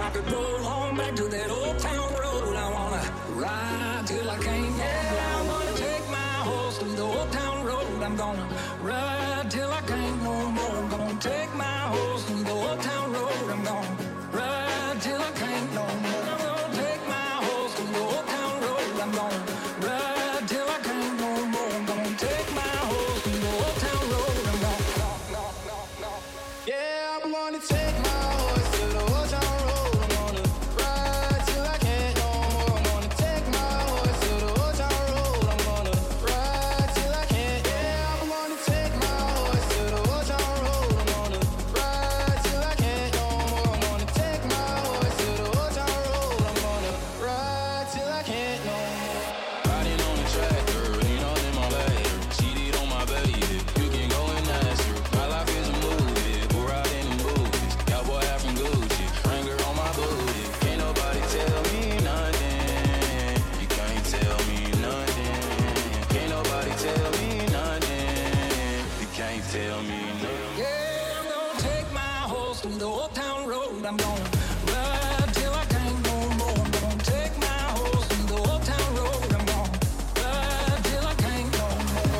I could roll on back to that old town road. I wanna ride till I can't. Yeah, I'm gonna take my horse through the old town road. I'm gonna ride till I can't no more. I'm gonna take my horse through the old town road. I'm gonna ride till I can't no more. I'm gonna take my horse through the old town road. I'm gonna ride till I can't no more. I'm gonna take my horse through the old town road. I'm gonna yeah, I'm gonna take my horse to the old town road. I'm gonna ride till I can't no more. I'm gonna take my horse to the old town road. I'm gonna ride till I can't. Yeah, I'm gonna take my horse to the old town road. I'm gonna ride till I can't no more. I'm gonna take my horse to the old town road. I'm gonna ride till I can't no more. Riding on the tractor, lean all in my leg, cheated on my baby. You can go and ask her. My life is a movie, go riding in movies. Cowboy hat from Gucci, Wrangler on my booty. Can't nobody tell me nothing. You can't tell me nothing. Can't nobody tell me nothing. You can't tell me nothing. yeah, I'm gonna take my horse through the old town road. I'm gonna ride till I can't no more. I'm gonna take my horse through the old town road. I'm gonna ride till I can't no more.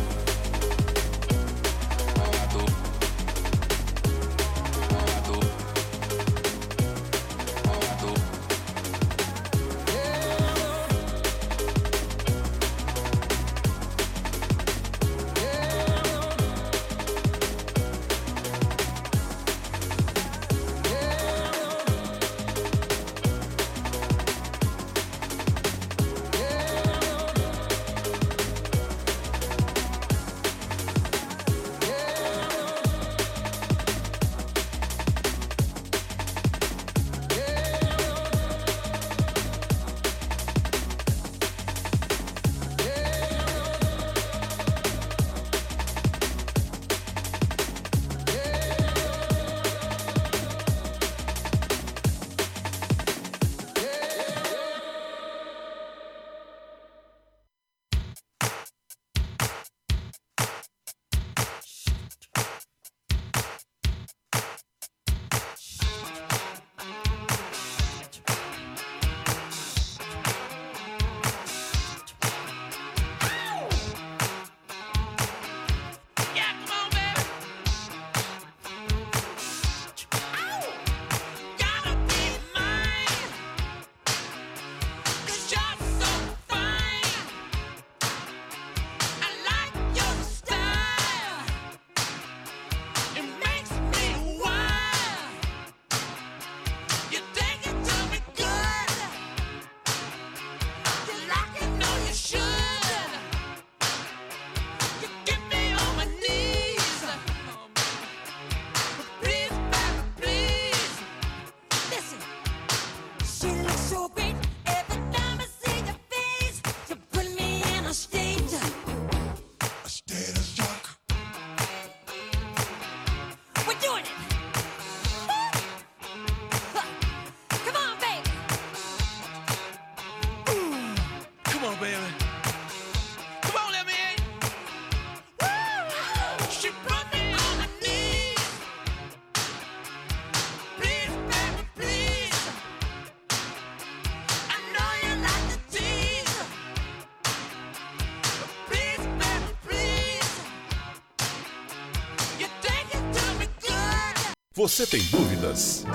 Você tem dúvidas?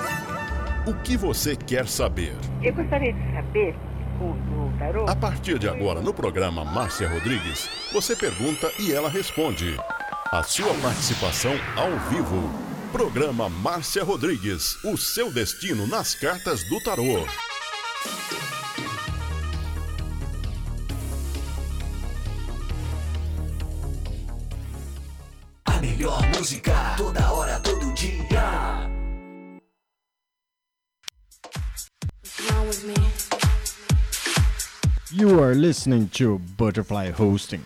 O que você quer saber? Eu gostaria de saber, o tarô... A partir de agora, no programa Márcia Rodrigues, você pergunta e ela responde. A sua participação ao vivo. Programa Márcia Rodrigues, o seu destino nas cartas do tarô. A melhor música, toda hora, todo dia. You are listening to Butterfly Hosting.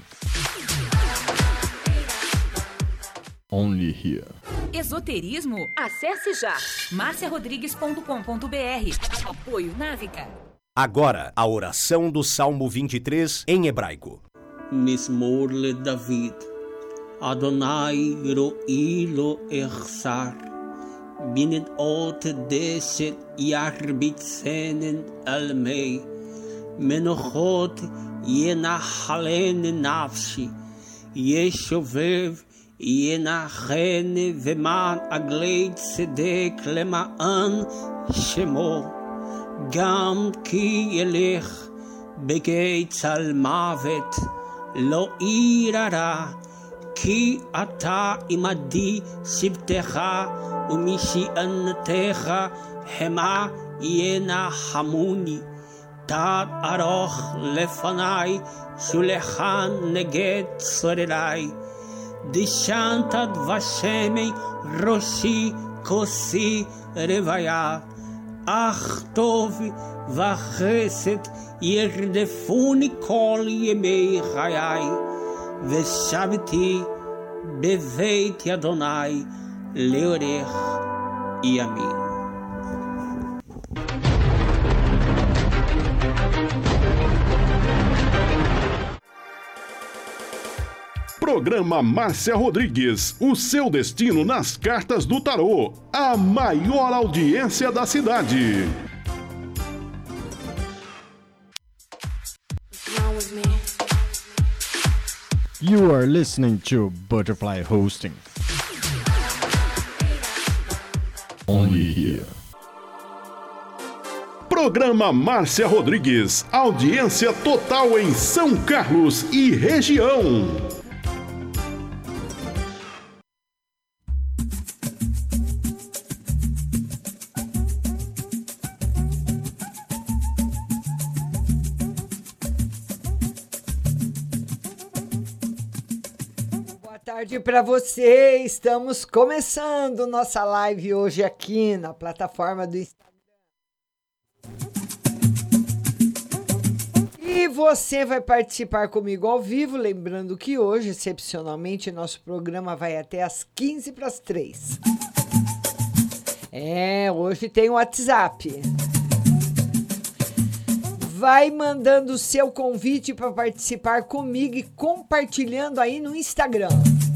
Only here. Esoterismo? Acesse já marciarodrigues.com.br. Apoio Návica. Agora, a oração do Salmo 23 em hebraico. Mismor le David. Adonai ro'i lo echsar. binnen ot deset yarbitzenen almei, menochot ינחלני נפשי, ישובב ינחני ומען עגלי צדק למען שמו, גם כי ילך בגיא צל מוות לא ירא, כי אתה עמדי שבטך ומשענתך המה ינחמוני. תד ארוך לפני שולחן נגד צורריי, דשנת דבשמי ראשי כוסי רוויה, אך טוב וחסד ירדפוני כל ימי חיי, ושבתי בבית אדוני לאורך ימים. Programa Márcia Rodrigues, o seu destino nas cartas do tarô, a maior audiência da cidade. You are listening to Butterfly Hosting. Only here. Programa Márcia Rodrigues, audiência total em São Carlos e região. Boa tarde para você. Estamos começando nossa live hoje aqui na plataforma do Instagram. E você vai participar comigo ao vivo, lembrando que hoje, excepcionalmente, nosso programa vai até às 2:45. Hoje tem o WhatsApp. Vai mandando o seu convite para participar comigo e compartilhando aí no Instagram.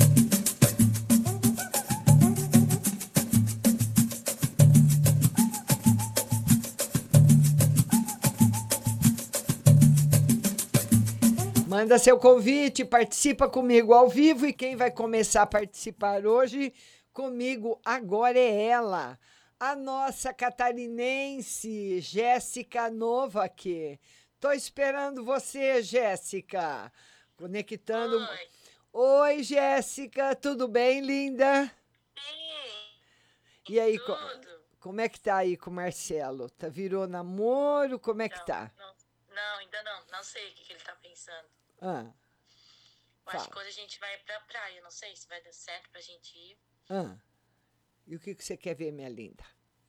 Manda seu convite, participa comigo ao vivo e quem vai começar a participar hoje comigo agora é ela, a nossa catarinense, Jéssica Novak. Tô esperando você, Jéssica. Conectando. Oi, Jéssica, tudo bem, linda? Sim. E aí, como é que tá aí com o Marcelo? Virou namoro? Como é que tá? Não, ainda não. Não sei o que ele tá pensando. Eu acho que hoje a gente vai pra praia. Não sei se vai dar certo pra gente ir. E o que você quer ver, minha linda?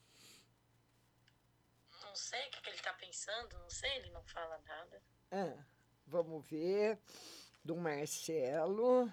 Não sei o que ele tá pensando. Não sei, ele não fala nada. Vamos ver. Do Marcelo.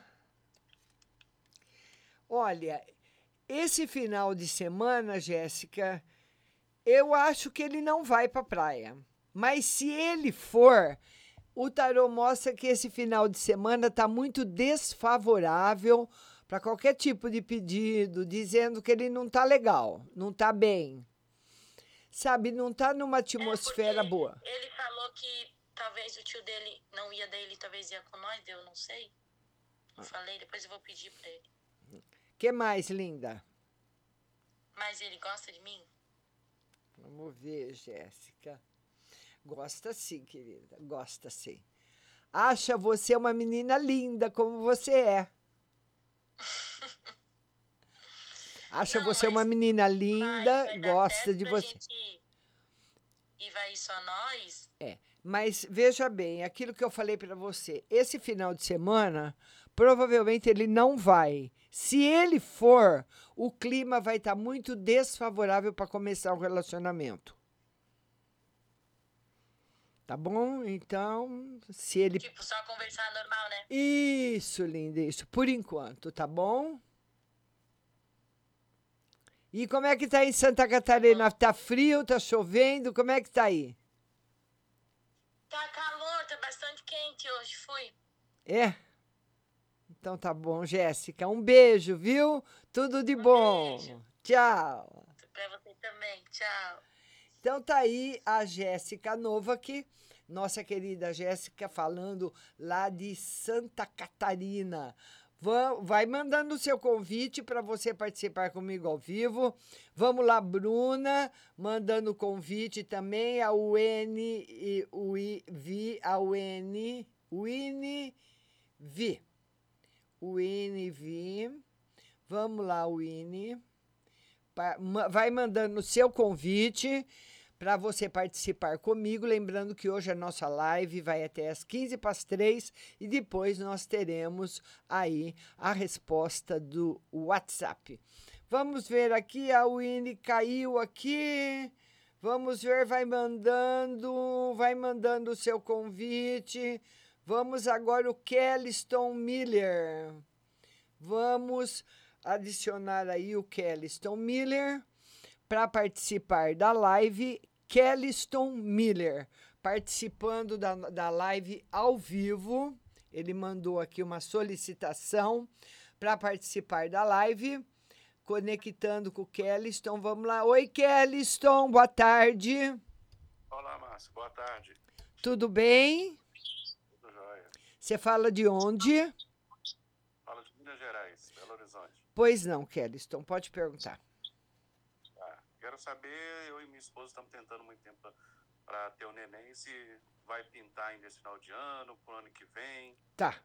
Olha, esse final de semana, Jéssica, eu acho que ele não vai pra praia. Mas se ele for, o tarô mostra que esse final de semana está muito desfavorável para qualquer tipo de pedido, dizendo que ele não está legal, não está bem. Sabe, não está numa atmosfera boa. Ele falou que talvez o tio dele não ia daí, ele talvez ia com nós, eu não sei. Não falei, depois eu vou pedir para ele. Que mais, linda? Mas ele gosta de mim? Vamos ver, Jéssica. Gosta sim, querida, gosta sim. Acha você uma menina linda, como você é. Acha você uma menina linda, gosta de você. E vai só nós? Mas veja bem, aquilo que eu falei para você, esse final de semana, provavelmente ele não vai. Se ele for, o clima vai estar muito desfavorável para começar o relacionamento. Tá bom? Então, se ele... Tipo, só conversar normal, né? Isso, linda, isso. Por enquanto, tá bom? E como é que tá em Santa Catarina? Tá frio, tá chovendo? Como é que tá aí? Tá calor, tá bastante quente hoje, fui. Então tá bom, Jéssica. Um beijo, viu? Tudo de bom. Beijo. Tchau. Pra você também. Tchau. Então tá aí a Jéssica Novak, nossa querida Jéssica, falando lá de Santa Catarina. Vai mandando o seu convite para você participar comigo ao vivo. Vamos lá, Bruna, mandando o convite também, a UNV. Vamos lá, Winnie. Vai mandando o seu convite para você participar comigo. Lembrando que hoje a nossa live vai até as 2:45 e depois nós teremos aí a resposta do WhatsApp. Vamos ver aqui, a Winnie caiu aqui. Vamos ver, vai mandando o seu convite. Vamos agora o Kelliston Miller. Vamos adicionar aí o Kelliston Miller para participar da live. Kelliston Miller, participando da live ao vivo. Ele mandou aqui uma solicitação para participar da live, conectando com o Kelliston. Vamos lá. Oi, Kelliston, boa tarde. Olá, Márcio, boa tarde. Tudo bem? Tudo jóia. Você fala de onde? Falo de Minas Gerais, Belo Horizonte. Pois não, Kelliston, pode perguntar. Quero saber, eu e minha esposa estamos tentando muito tempo para ter o neném, se vai pintar ainda esse final de ano, pro ano que vem. Tá.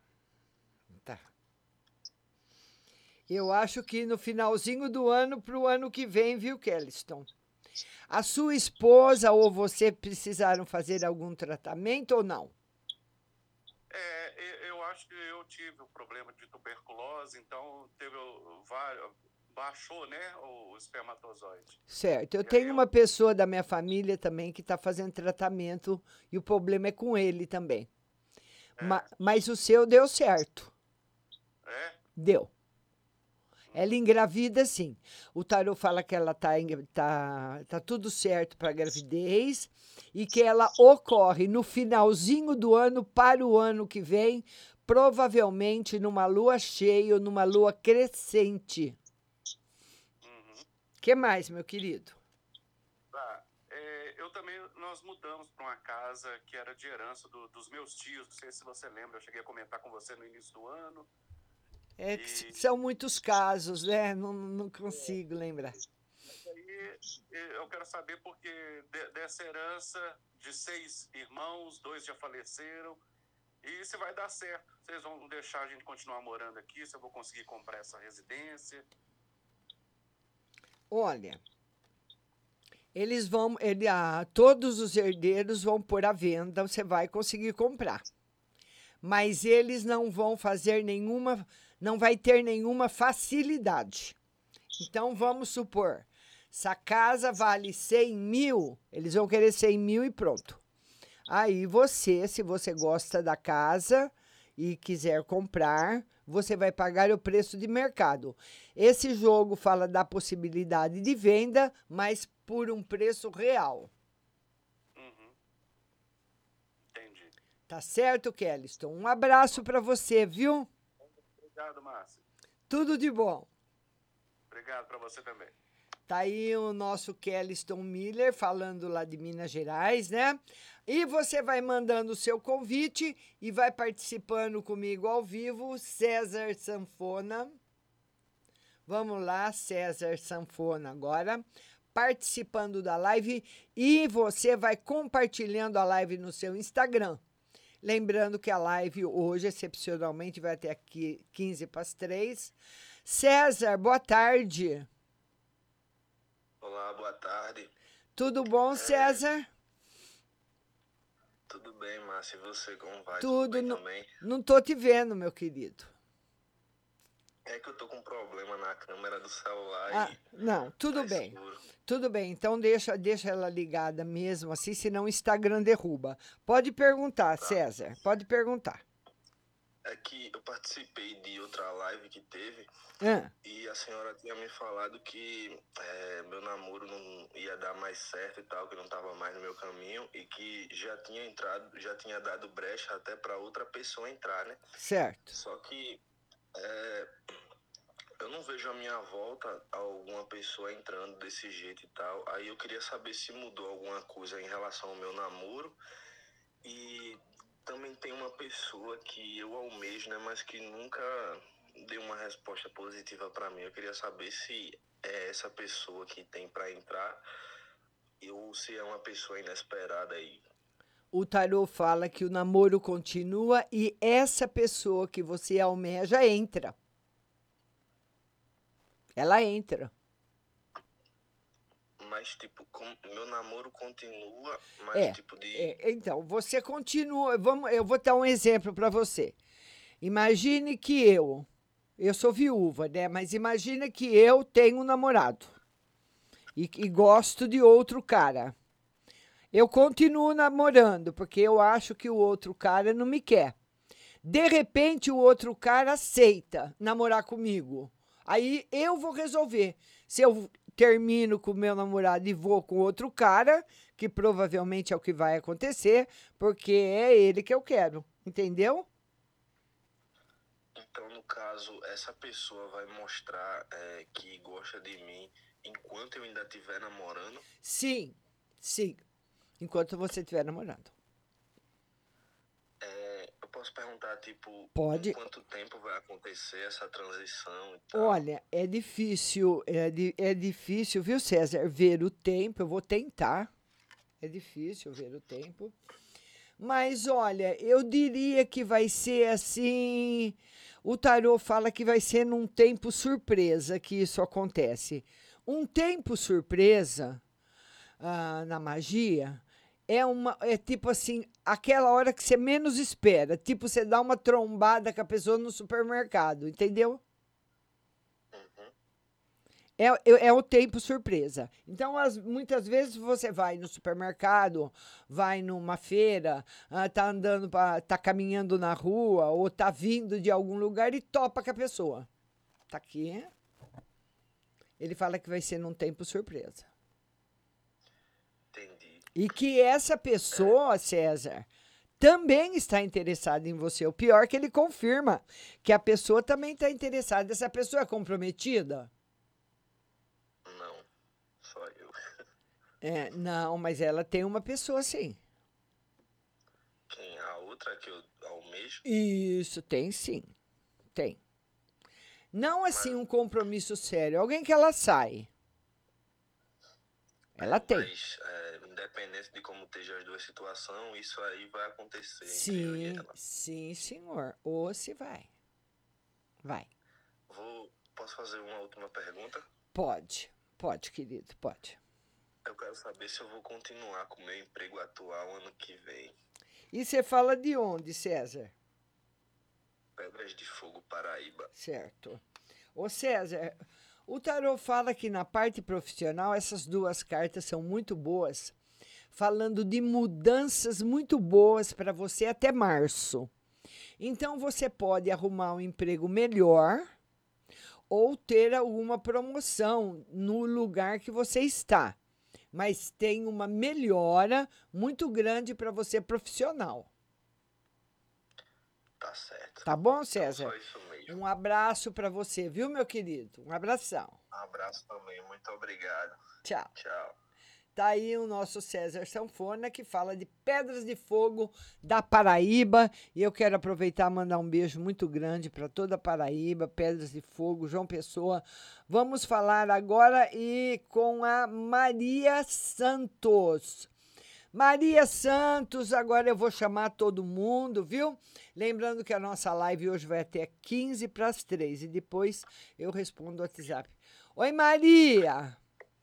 Eu acho que no finalzinho do ano, pro ano que vem, viu, Kelliston? A sua esposa ou você precisaram fazer algum tratamento ou não? Eu acho que eu tive o problema de tuberculose, então teve baixou, né, o espermatozoide. Certo. Eu tenho uma pessoa da minha família também que está fazendo tratamento e o problema é com ele também. Mas o seu deu certo. É? Deu. Ela engravida, sim. O tarô fala que ela tá tudo certo para a gravidez e que ela ocorre no finalzinho do ano para o ano que vem, provavelmente numa lua cheia ou numa lua crescente. O que mais, meu querido? Eu também, nós mudamos para uma casa que era de herança dos meus tios, não sei se você lembra, eu cheguei a comentar com você no início do ano. São muitos casos, né? Não consigo lembrar. Aí, eu quero saber porque dessa herança de 6 irmãos, 2 já faleceram, e se vai dar certo. Vocês vão deixar a gente continuar morando aqui, se eu vou conseguir comprar essa residência. Olha, todos os herdeiros vão pôr à venda, você vai conseguir comprar. Mas eles não vão fazer não vai ter nenhuma facilidade. Então, vamos supor, se a casa vale 100 mil, eles vão querer 100 mil e pronto. Aí se você gosta da casa e quiser comprar, você vai pagar o preço de mercado. Esse jogo fala da possibilidade de venda, mas por um preço real. Entendi. Tá certo, Kelliston? Um abraço para você, viu? Obrigado, Márcio. Tudo de bom. Obrigado para você também. Tá aí o nosso Kelliston Miller falando lá de Minas Gerais, né? E você vai mandando o seu convite e vai participando comigo ao vivo, César Sanfona. Vamos lá, César Sanfona agora, participando da live e você vai compartilhando a live no seu Instagram. Lembrando que a live hoje, excepcionalmente, vai até aqui 2:45. César, boa tarde. Olá, boa tarde. Tudo bom, César? Tudo bem, Márcia. E você, como vai? Tudo bem também? Não tô te vendo, meu querido. É que eu tô com um problema na câmera do celular Não, tudo bem. Tudo bem, então deixa ela ligada mesmo assim, senão o Instagram derruba. Pode perguntar, César, pode perguntar. É que eu participei de outra live que teve e a senhora tinha me falado que meu namoro não ia dar mais certo e tal, que não estava mais no meu caminho e que já tinha dado brecha até para outra pessoa entrar, né? Certo. Só que eu não vejo à minha volta alguma pessoa entrando desse jeito e tal. Aí eu queria saber se mudou alguma coisa em relação ao meu namoro. E também tem uma pessoa que eu almejo, né, mas que nunca deu uma resposta positiva pra mim. Eu queria saber se é essa pessoa que tem pra entrar ou se é uma pessoa inesperada aí. O tarô fala que o namoro continua e essa pessoa que você almeja entra. Ela entra. Mas, tipo, meu namoro continua, mas tipo de... Então, você continua... eu vou dar um exemplo para você. Imagine que eu sou viúva, né? Mas imagina que eu tenho um namorado e gosto de outro cara. Eu continuo namorando, porque eu acho que o outro cara não me quer. De repente, o outro cara aceita namorar comigo. Aí eu vou resolver. Se eu termino com o meu namorado e vou com outro cara, que provavelmente é o que vai acontecer, porque é ele que eu quero. Entendeu? Então, no caso, essa pessoa vai mostrar que gosta de mim enquanto eu ainda estiver namorando? Sim, sim. Enquanto você estiver namorando. Eu posso perguntar, tipo, Pode. Em quanto tempo vai acontecer essa transição e tal? Olha, é difícil, é difícil, viu, César, ver o tempo. Eu vou tentar. É difícil ver o tempo. Mas, olha, eu diria que vai ser assim... O tarô fala que vai ser num tempo surpresa que isso acontece. Um tempo surpresa, na magia... É tipo assim, aquela hora que você menos espera. Tipo, você dá uma trombada com a pessoa no supermercado, entendeu? É o tempo surpresa. Então, muitas vezes você vai no supermercado, vai numa feira, tá caminhando na rua, ou tá vindo de algum lugar e topa com a pessoa. Tá aqui. Ele fala que vai ser num tempo surpresa. E que essa pessoa, César, também está interessada em você. O pior é que ele confirma que a pessoa também está interessada. Essa pessoa é comprometida? Não, só eu. Não, mas ela tem uma pessoa, sim. Quem? A outra que eu almejo? Isso, tem sim. Tem. Não assim um compromisso sério. Alguém que ela sai. Ela tem. Mas, independente de como esteja as duas situações, isso aí vai acontecer. Sim, sim, senhor. Ou se vai. Vai. Posso fazer uma última pergunta? Pode, querido, pode. Eu quero saber se eu vou continuar com o meu emprego atual ano que vem. E você fala de onde, César? Pedras de Fogo, Paraíba. Certo. Ô, César... O tarô fala que na parte profissional essas duas cartas são muito boas, falando de mudanças muito boas para você até março. Então, você pode arrumar um emprego melhor ou ter alguma promoção no lugar que você está. Mas tem uma melhora muito grande para você profissional. Tá certo. Tá bom, César? Então, só isso mesmo. Um abraço para você, viu, meu querido? Um abração. Um abraço também. Muito obrigado. Tchau. Tchau. Tá aí o nosso César Sanfona, que fala de Pedras de Fogo da Paraíba. E eu quero aproveitar e mandar um beijo muito grande para toda a Paraíba, Pedras de Fogo, João Pessoa. Vamos falar agora com a Maria Santos. Maria Santos, agora eu vou chamar todo mundo, viu? Lembrando que a nossa live hoje vai até 2:45 e depois eu respondo o WhatsApp. Oi, Maria!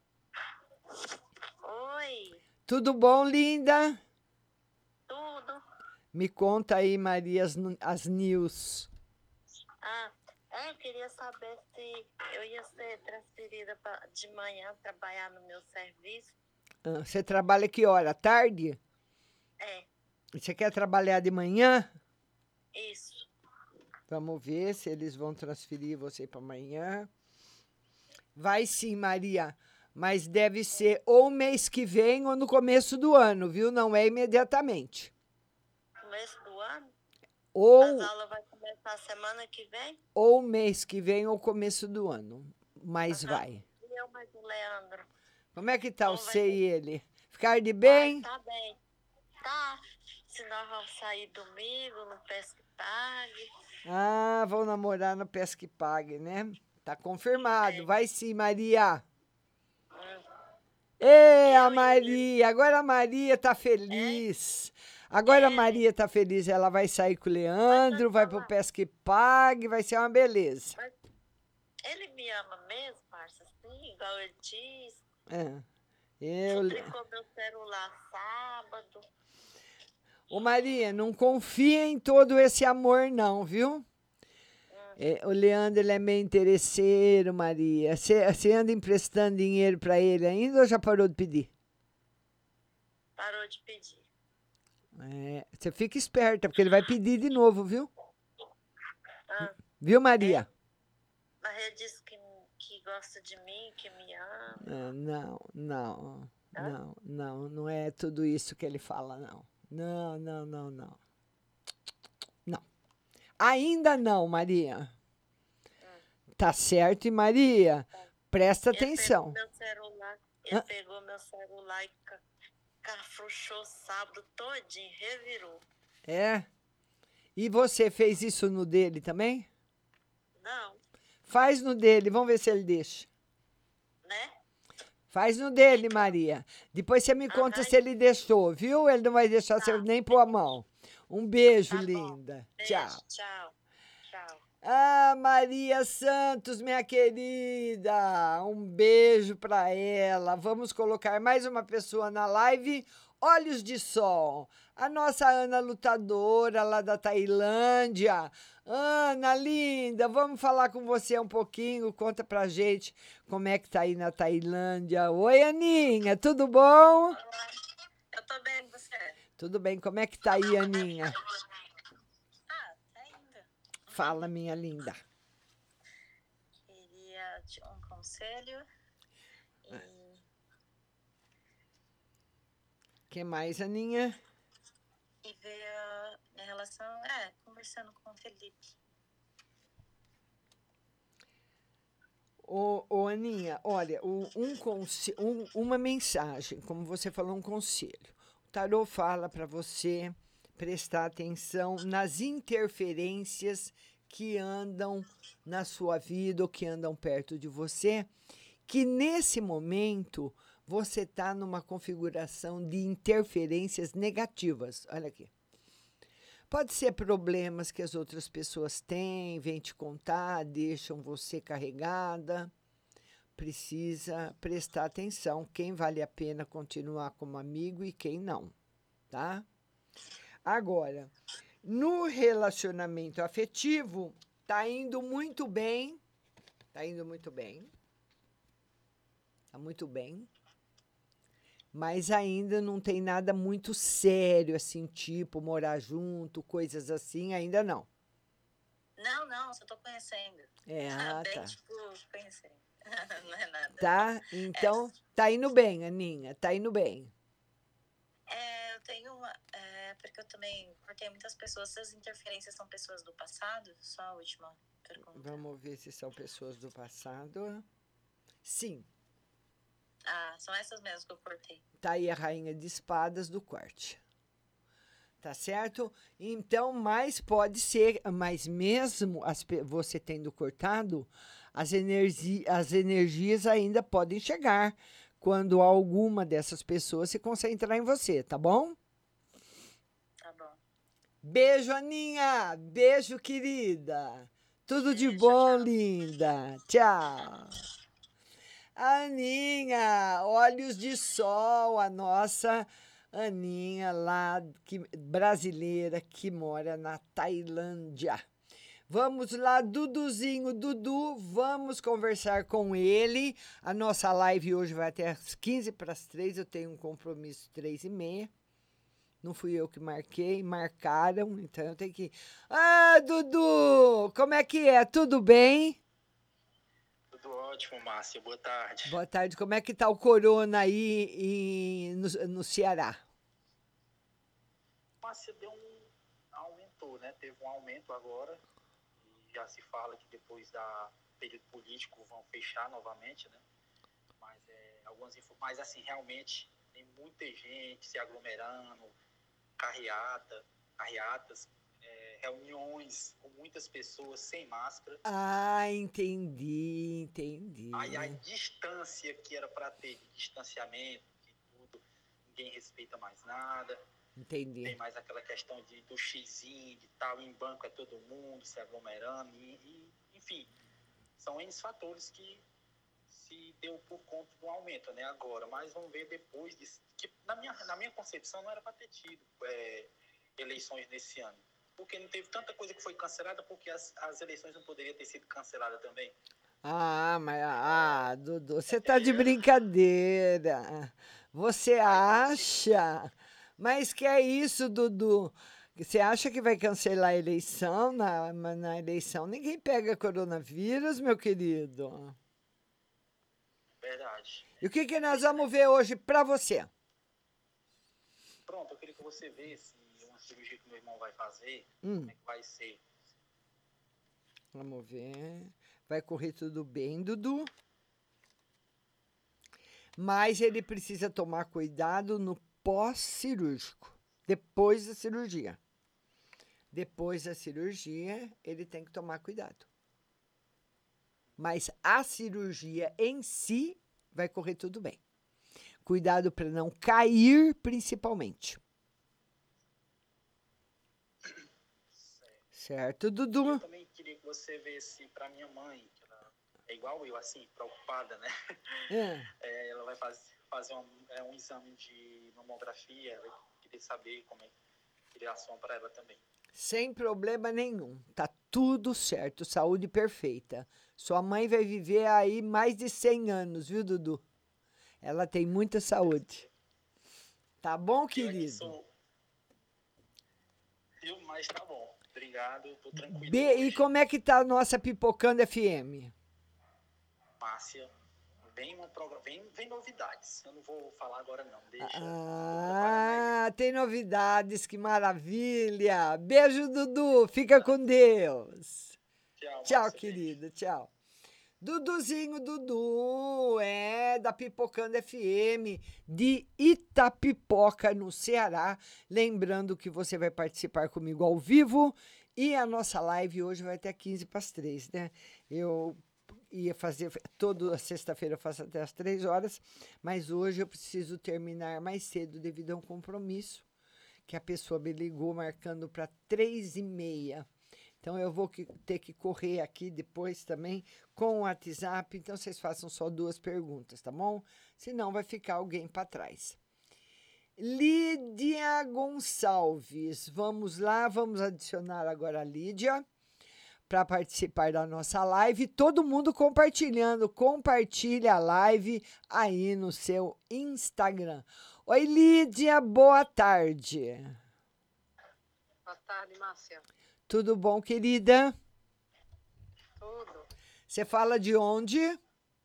Oi! Tudo bom, linda? Tudo. Me conta aí, Maria, as news. Eu queria saber se eu ia ser transferida de manhã trabalhar no meu serviço. Você trabalha que hora? À tarde? Você quer trabalhar de manhã? Isso. Vamos ver se eles vão transferir você para amanhã. Vai sim, Maria. Mas deve ser ou mês que vem ou no começo do ano, viu? Não é imediatamente. Começo do ano? As aulas vão começar semana que vem? Ou mês que vem ou começo do ano. Mas vai. E eu, mais o Leandro. Como é que tá você e ele? Ficar de bem? Tá bem. Tá. Se nós vamos sair domingo no Pesque Pague. Ah, vão namorar no Pesque Pague, né? Tá confirmado. Vai sim, Maria. Ei, a Maria. Agora a Maria tá feliz. Agora a Maria tá feliz. Ela vai sair com o Leandro, vai pro Pesque Pague, vai ser uma beleza. Mas ele me ama mesmo, Márcia? Assim, igual ele diz. Trocou meu celular sábado. Ô Maria, não confia em todo esse amor não, viu? O Leandro, ele é meio interesseiro, Maria. Você anda emprestando dinheiro pra ele ainda ou já parou de pedir? Parou de pedir. Você fica esperta, porque ele vai pedir de novo, viu? Viu, Maria? Mas ele disse que gosta de mim, que me ama. Não é tudo isso que ele fala, não. Não. Não. Ainda não, Maria. Tá certo, e Maria, presta atenção. Ele pegou meu celular e cafruchou sábado todinho, revirou. E você fez isso no dele também? Não. Faz no dele, vamos ver se ele deixa. Né? Faz no dele, Maria. Depois você me conta se ele deixou, viu? Ele não vai deixar você nem pôr a mão. Um beijo, linda. Beijo, tchau. Tchau. Ah, Maria Santos, minha querida. Um beijo para ela. Vamos colocar mais uma pessoa na live. Olhos de Sol. A nossa Ana lutadora lá da Tailândia. Ana, linda, vamos falar com você um pouquinho. Conta pra gente como é que tá aí na Tailândia. Oi, Aninha, tudo bom? Eu tô bem, você? Tudo bem, como é que tá aí, Aninha? Tá indo. Fala, minha linda. Queria um conselho. Que mais, Aninha? E ver a relação, conversando com o Felipe. Ô, Aninha, olha, uma mensagem, como você falou, um conselho. O tarô fala para você prestar atenção nas interferências que andam na sua vida ou que andam perto de você, que nesse momento você está numa configuração de interferências negativas. Olha aqui. Pode ser problemas que as outras pessoas têm, vêm te contar, deixam você carregada. Precisa prestar atenção quem vale a pena continuar como amigo e quem não, tá? Agora, no relacionamento afetivo, tá indo muito bem. Tá muito bem. Mas ainda não tem nada muito sério, assim, tipo morar junto, coisas assim, ainda não. Não, só tô conhecendo. Tá. Tipo, conhecendo. Não é nada. Tá, então, tá indo bem, Aninha, tá indo bem. Eu tenho porque eu também cortei muitas pessoas. Essas interferências são pessoas do passado? Só a última pergunta. Vamos ver se são pessoas do passado. Sim. São essas mesmo que eu cortei. Tá aí a rainha de espadas do corte. Tá certo? Então, mas pode ser, mas mesmo você tendo cortado, as energias ainda podem chegar quando alguma dessas pessoas se concentrar em você, tá bom? Tá bom. Beijo, Aninha. Beijo, querida. Tudo de bom, linda. Tchau. Aninha, Olhos de Sol, a nossa Aninha lá, brasileira, que mora na Tailândia. Vamos lá, Duduzinho, Dudu, vamos conversar com ele. A nossa live hoje vai até às 15:45, eu tenho um compromisso 3:30. Não fui eu que marquei, marcaram, então eu tenho que ir. Dudu, como é que é? Tudo bem? Tudo ótimo, Márcia. Boa tarde. Boa tarde. Como é que tá o corona aí no Ceará? Márcia, deu um aumento aumentou, né? Teve um aumento agora, e já se fala que depois da período político vão fechar novamente, né? Mas assim, realmente tem muita gente se aglomerando, carreatas, reuniões com muitas pessoas sem máscara. Ah, entendi. Aí a distância que era para ter de distanciamento, de tudo, ninguém respeita mais nada. Entendi. Tem mais aquela questão do xizinho, de tal, em banco é todo mundo se aglomerando, enfim, são N fatores que se deu por conta do aumento, né, agora. Mas vamos ver depois disso, que na minha concepção não era para ter tido eleições nesse ano. Porque não teve tanta coisa que foi cancelada, porque as eleições não poderiam ter sido canceladas também. Mas, Dudu, você tá de brincadeira. Você acha? Mas que é isso, Dudu? Você acha que vai cancelar a eleição? Na eleição ninguém pega coronavírus, meu querido. Verdade. E o que nós vamos ver hoje pra você? Pronto, eu queria que você visse uma cirurgia que meu irmão vai fazer, como é que vai ser. Vamos ver. Vai correr tudo bem, Dudu. Mas ele precisa tomar cuidado no pós-cirúrgico, depois da cirurgia. Depois da cirurgia, ele tem que tomar cuidado. Mas a cirurgia em si vai correr tudo bem. Cuidado para não cair, principalmente. Certo, Dudu? Eu também queria que você visse para minha mãe, que ela é igual eu, assim, preocupada, né? Ela vai fazer um exame de mamografia, ela queria saber como é que é a ação para ela também. Sem problema nenhum. Tá tudo certo, saúde perfeita. Sua mãe vai viver aí mais de 100 anos, viu, Dudu? Ela tem muita saúde. Tá bom, querido? Mas tá bom. Obrigado, tô tranquilo. E como é que tá a nossa Pipocando FM? Márcia, vem novidades. Eu não vou falar agora, não. Deixa. Tem novidades, que maravilha. Beijo, Dudu. Fica com Deus. Tchau, querido. Tchau. Duduzinho, Dudu, da Pipocando FM, de Itapipoca, no Ceará. Lembrando que você vai participar comigo ao vivo e a nossa live hoje vai até 15:03, né? Eu ia fazer, toda sexta-feira eu faço até as 3 horas, mas hoje eu preciso terminar mais cedo devido a um compromisso que a pessoa me ligou marcando para 3:30. Então, eu vou ter que correr aqui depois também com o WhatsApp. Então, vocês façam só 2 perguntas, tá bom? Senão, vai ficar alguém para trás. Lídia Gonçalves. Vamos lá, vamos adicionar agora a Lídia para participar da nossa live. Todo mundo compartilhando. Compartilha a live aí no seu Instagram. Oi, Lídia, boa tarde. Boa tarde, Márcia. Tudo bom, querida? Tudo. Você fala de onde?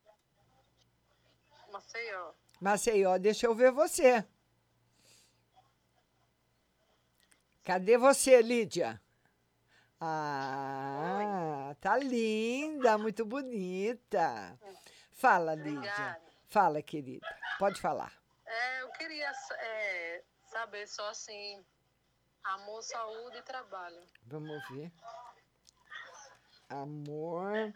Maceió. Maceió, deixa eu ver você. Cadê você, Lídia? Tá linda, muito bonita. Fala, Lídia. Fala, querida. Pode falar. Eu queria saber só assim... Amor, saúde e trabalho. Vamos ver. Amor,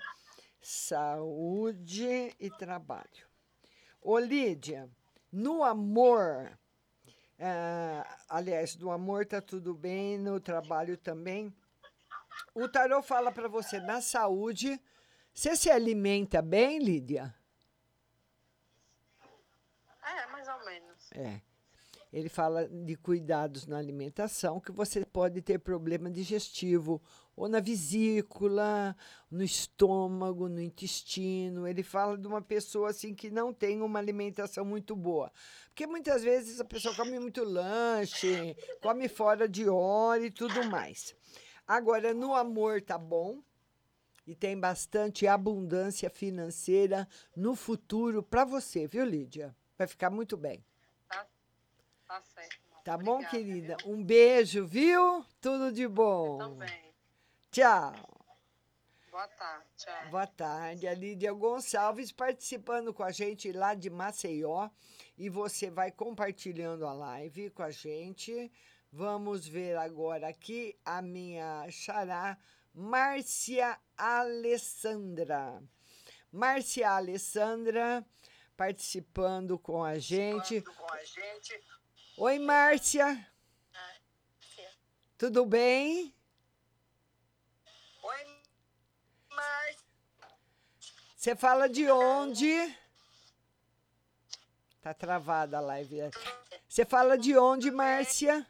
saúde e trabalho. Ô, Lídia, no amor, aliás, no amor tá tudo bem, no trabalho também. O tarô fala para você, na saúde, você se alimenta bem, Lídia? Mais ou menos. Ele fala de cuidados na alimentação, que você pode ter problema digestivo, ou na vesícula, no estômago, no intestino. Ele fala de uma pessoa assim que não tem uma alimentação muito boa. Porque muitas vezes a pessoa come muito lanche, come fora de hora e tudo mais. Agora, no amor tá bom e tem bastante abundância financeira no futuro para você, viu, Lídia? Vai ficar muito bem. Tá certo. Tá bom, querida? Um beijo, viu? Tudo de bom. Também. Tchau. Boa tarde. Tchau. Boa tarde. A Lídia Gonçalves participando com a gente lá de Maceió. E você vai compartilhando a live com a gente. Vamos ver agora aqui a minha xará, Márcia Alessandra. Márcia Alessandra participando com a gente. Oi, Márcia. Tudo bem? Oi, Márcia. Você fala de onde? Tá travada a live. Você fala de onde, Márcia?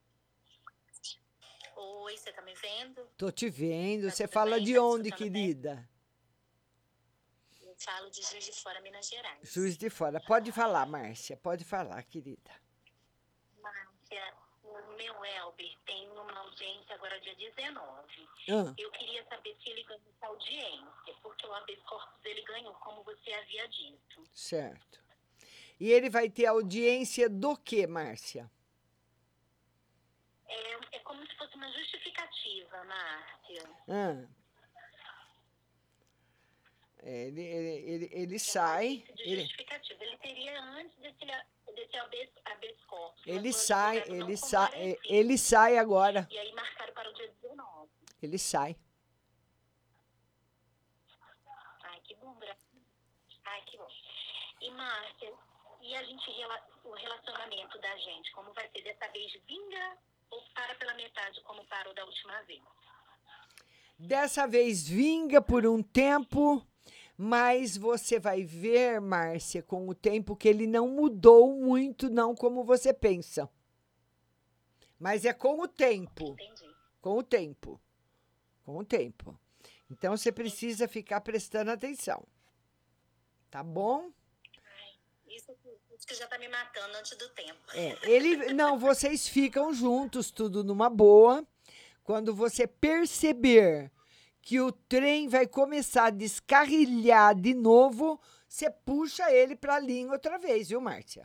Oi, você tá me vendo? Tô te vendo. Tá Você tudo fala bem? de Tá onde, escutando bem? querida? Eu falo de Juiz de Fora, Minas Gerais. Juiz de Fora. Pode falar, Márcia. Pode falar, querida. Márcia, o meu Elber tem uma audiência agora dia 19. Ah. Eu queria saber se ele ganhou essa audiência, porque o habeas corpus ele ganhou, como você havia dito. Certo. E ele vai ter audiência do quê, Márcia? É como se fosse uma justificativa, Márcia. Ah. Ele sai. De justificativa. Ele teria antes desse habeas corpus. Ele sai agora. E aí marcaram para o dia 19. Ele sai. Ai, que bom. Ai, que bom. E, Márcia, e o relacionamento da gente, como vai ser? Dessa vez vinga ou para pela metade, como parou da última vez? Dessa vez vinga por um tempo, mas você vai ver, Márcia, com o tempo que ele não mudou muito, não como você pensa. Mas é com o tempo. Entendi. Com o tempo. Com o tempo. Então, você precisa ficar prestando atenção. Tá bom? Isso que já tá me matando antes do tempo. Não, vocês ficam juntos, tudo numa boa. Quando você perceber que o trem vai começar a descarrilhar de novo, você puxa ele para a linha outra vez, viu, Márcia?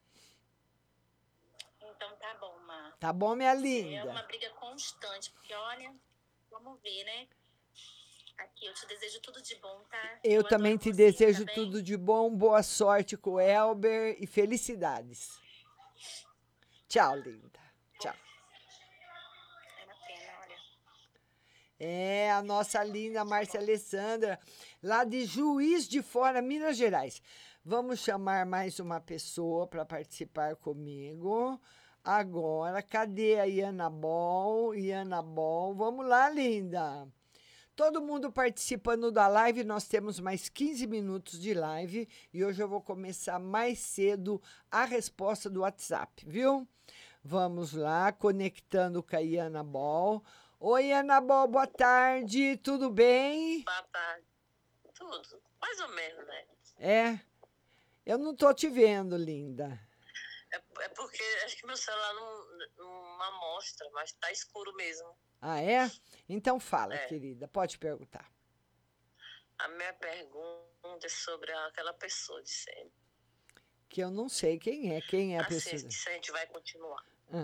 Então tá bom, Márcia. Tá bom, minha linda? É uma briga constante, porque olha, vamos ver, né? Aqui, eu te desejo tudo de bom, tá? Eu também te desejo tudo de bom, boa sorte com o Elber e felicidades. Tchau, linda. Tchau. É uma pena, olha. É a nossa linda Márcia Alessandra, lá de Juiz de Fora, Minas Gerais. Vamos chamar mais uma pessoa para participar comigo. Agora, cadê a Iana Bol? Iana Bol, vamos lá, linda. Todo mundo participando da live, nós temos mais 15 minutos de live e hoje eu vou começar mais cedo a resposta do WhatsApp, viu? Vamos lá, conectando com a Iana Bol. Oi, Iana Bol, boa tarde, tudo bem? Boa tarde. Tudo, mais ou menos, né? Eu não tô te vendo, linda. É porque acho que meu celular não mostra, mas tá escuro mesmo. Ah, é? Então fala, querida, pode perguntar. A minha pergunta é sobre aquela pessoa de sempre. Que eu não sei quem é a pessoa. Se a gente vai continuar.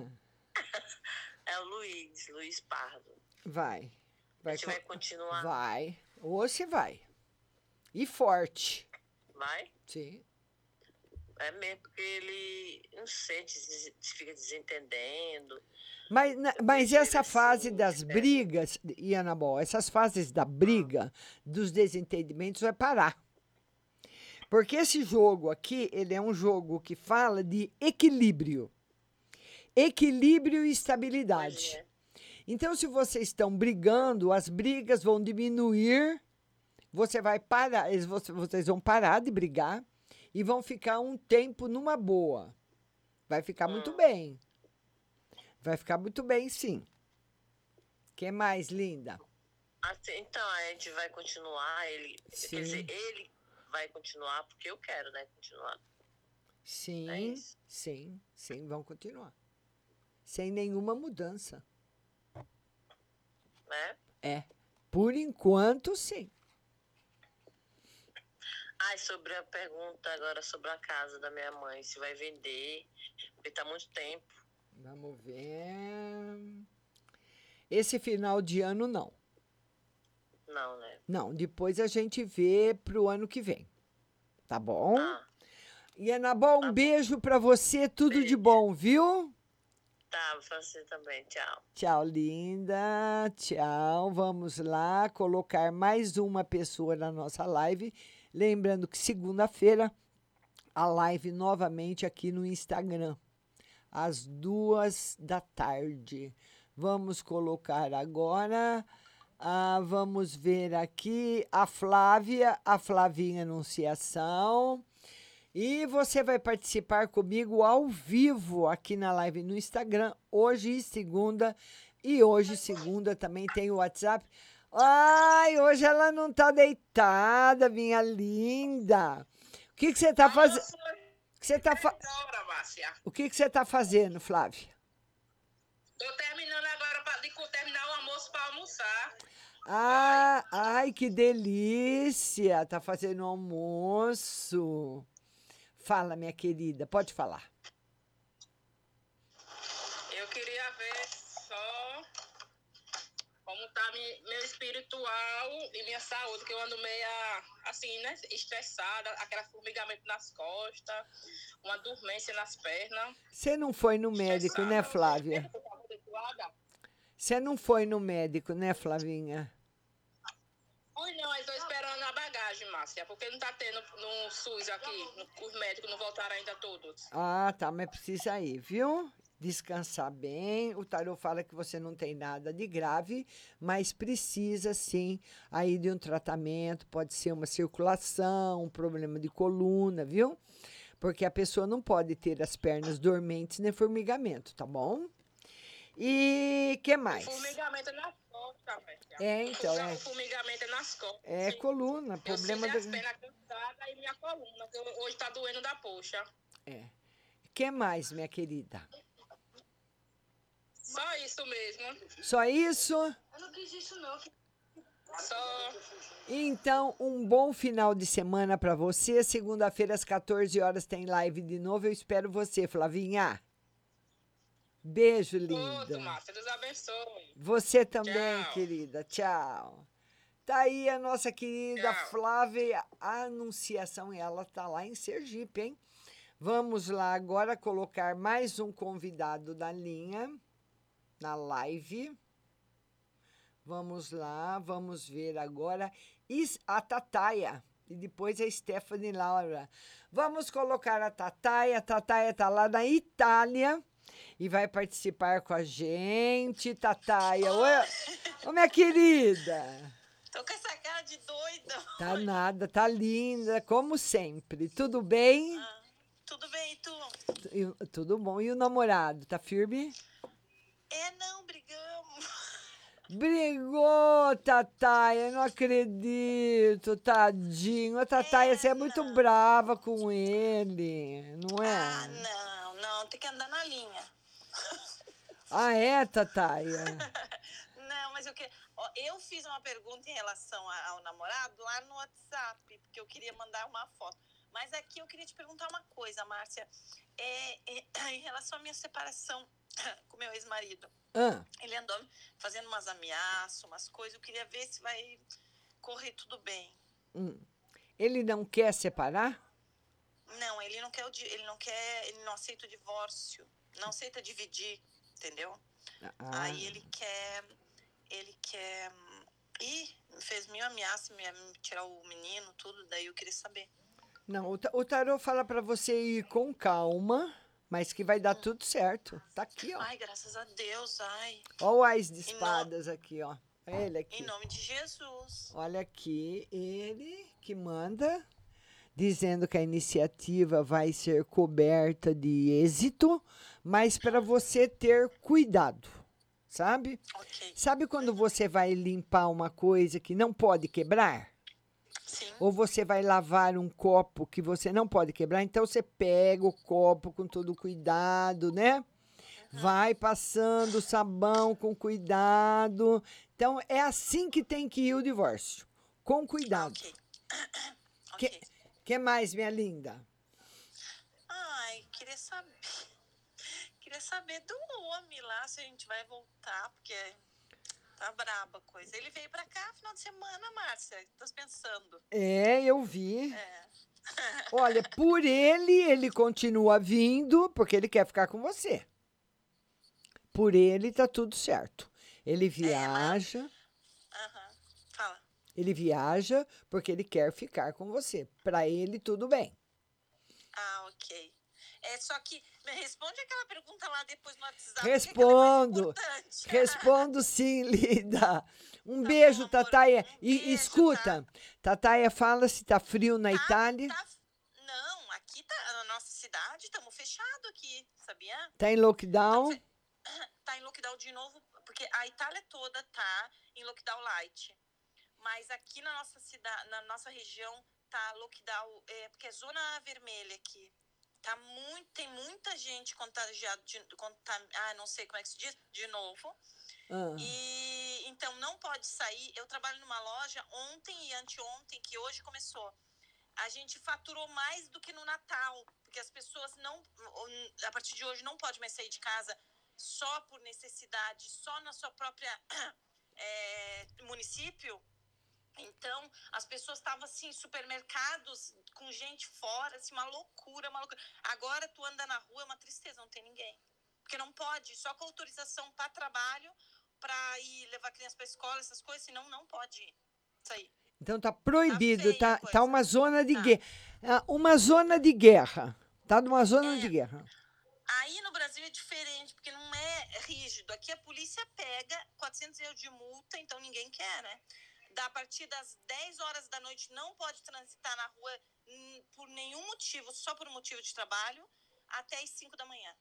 É o Luiz Pardo. Vai. A gente vai continuar? Vai. Hoje vai. E forte. Vai? Sim. É mesmo porque ele, não sei, fica desentendendo. Mas essa fase das brigas, Iana Bol, essas fases da briga, dos desentendimentos, vai parar. Porque esse jogo aqui, ele é um jogo que fala de equilíbrio. Equilíbrio e estabilidade. Então, se vocês estão brigando, as brigas vão diminuir, você vai parar, vocês vão parar de brigar e vão ficar um tempo numa boa. Vai ficar muito bem. Vai ficar muito bem, sim. O que mais, linda? Assim, então, a gente vai continuar, quer dizer, ele vai continuar, porque eu quero, né, continuar. Sim, sim, vão continuar. Sem nenhuma mudança. Né? Por enquanto, sim. Sobre a pergunta agora sobre a casa da minha mãe, se vai vender, porque tá muito tempo Vamos ver. Esse final de ano, não. Não, né? Não, depois a gente vê pro ano que vem. Tá bom? E Ana Bom, um beijo pra você, tudo de bom, viu? Tá, você também, tchau. Tchau, linda. Tchau. Vamos lá colocar mais uma pessoa na nossa live. Lembrando que segunda-feira, a live novamente aqui no Instagram, às 14h. Vamos colocar agora... vamos ver aqui a Flavinha Anunciação. E você vai participar comigo ao vivo aqui na live no Instagram, hoje e segunda. E hoje, segunda, também tem o WhatsApp. Ai, hoje ela não tá deitada, minha linda. O que você tá fazendo? O que você tá fazendo, Flávia? Tô terminando agora de terminar o almoço para almoçar. Ai, que delícia! Tá fazendo almoço. Fala, minha querida, pode falar. Eu queria ver só como tá meu espiritual e minha saúde, que eu ando meia, assim, né, estressada, aquele formigamento nas costas, uma dormência nas pernas. Você não foi no médico, né, Flávia? Você não foi no médico, né, Flavinha? Fui não, eu tô esperando a bagagem, Márcia, porque não tá tendo no SUS aqui, os médicos não voltaram ainda todos. Tá, mas precisa ir, viu? Descansar bem. O tarô fala que você não tem nada de grave, mas precisa, sim, aí de um tratamento. Pode ser uma circulação, um problema de coluna, viu? Porque a pessoa não pode ter as pernas dormentes nem formigamento, tá bom? E que mais? Formigamento é nas costas, Márcia. Então, O formigamento é nas costas. É coluna, problema eu sinto as pernas cansadas e minha coluna, que hoje tá doendo da poxa. Que mais, minha querida? Só isso mesmo. Só isso? Eu não quis isso, não. Só. Então, um bom final de semana para você. Segunda-feira, às 14h, tem live de novo. Eu espero você, Flavinha. Beijo, linda. Márcia, Deus abençoe. Você também, Tchau. querida. Tchau. Tá aí a nossa querida Flávia Anunciação. Ela tá lá em Sergipe, hein? Vamos lá agora colocar mais um convidado da linha, na live. Vamos lá, vamos ver agora a Tataia e depois a Stephanie Laura. Vamos colocar a Tataia. A Tataia tá lá na Itália e vai participar com a gente. Tataia, ô minha querida. Tô com essa cara de doida. Tá nada, tá linda, como sempre. Tudo bem? Tudo bem, e tu? Tudo bom. E o namorado, tá firme? Não, brigamos. Brigou, Tataia, não acredito, tadinho. A Tataia, você é muito brava com ele, não é? Não, tem que andar na linha. É, Tataia? Não, mas eu fiz uma pergunta em relação ao namorado lá no WhatsApp, porque eu queria mandar uma foto. Mas aqui eu queria te perguntar uma coisa, Márcia. Em relação à minha separação com meu ex-marido. Ele andou fazendo umas ameaças, umas coisas. Eu queria ver se vai correr tudo bem. Ele não quer separar? Não, ele não quer, ele não aceita o divórcio. Não aceita dividir, entendeu? Aí ele quer fez mil ameaças, me tirar o menino, tudo. Daí eu queria saber. Não, o tarô fala pra você ir com calma, mas que vai dar tudo certo. Tá aqui, ó. Ai, graças a Deus, ai. Ó o Ás de Espadas aqui, ó. Ele aqui. Em nome de Jesus. Olha aqui, ele que manda, dizendo que a iniciativa vai ser coberta de êxito, mas para você ter cuidado, sabe? Okay. Sabe quando você vai limpar uma coisa que não pode quebrar? Sim. Ou você vai lavar um copo que você não pode quebrar, então você pega o copo com todo cuidado, né? Vai passando o sabão com cuidado. Então, é assim que tem que ir o divórcio, com cuidado. Que mais, minha linda? Ai, queria queria saber do homem lá, se a gente vai voltar, porque tá braba a coisa. Ele veio pra cá final de semana, Márcia, tô pensando. Eu vi. Olha, por ele continua vindo, porque ele quer ficar com você. Por ele tá tudo certo. Ele viaja. Fala. Ele viaja porque ele quer ficar com você. Para ele, tudo bem. Ah, ok. Só que me responde aquela pergunta lá depois no WhatsApp. Respondo sim, linda. Um beijo, Tataia. E escuta, Tataia, fala se tá frio na Itália. Não, aqui tá, na nossa cidade, estamos fechados aqui, sabia? Tá em lockdown? Tá em lockdown de novo, porque a Itália toda tá em lockdown light. Mas aqui na nossa cidade, na nossa região, tá lockdown, porque é zona vermelha aqui. Tem muita gente contagiada, não sei como é que se diz, de novo. E então não pode sair. Eu trabalho numa loja ontem e anteontem, que hoje começou. A gente faturou mais do que no Natal, porque as pessoas a partir de hoje não pode mais sair de casa só por necessidade, só na sua própria município. Então, as pessoas estavam assim, supermercados com gente fora, assim, uma loucura. Agora, tu anda na rua, é uma tristeza, não tem ninguém. Porque não pode, só com autorização para trabalho, para ir levar criança para escola, essas coisas, senão não pode ir. Isso aí. Então tá proibido, tá uma zona de guerra. Uma zona de guerra. Tá numa zona de guerra. Aí no Brasil é diferente, porque não é rígido. Aqui a polícia pega 400 euros de multa, então ninguém quer, né? A partir das 10 horas da noite não pode transitar na rua por nenhum motivo, só por motivo de trabalho, até as 5 da manhã.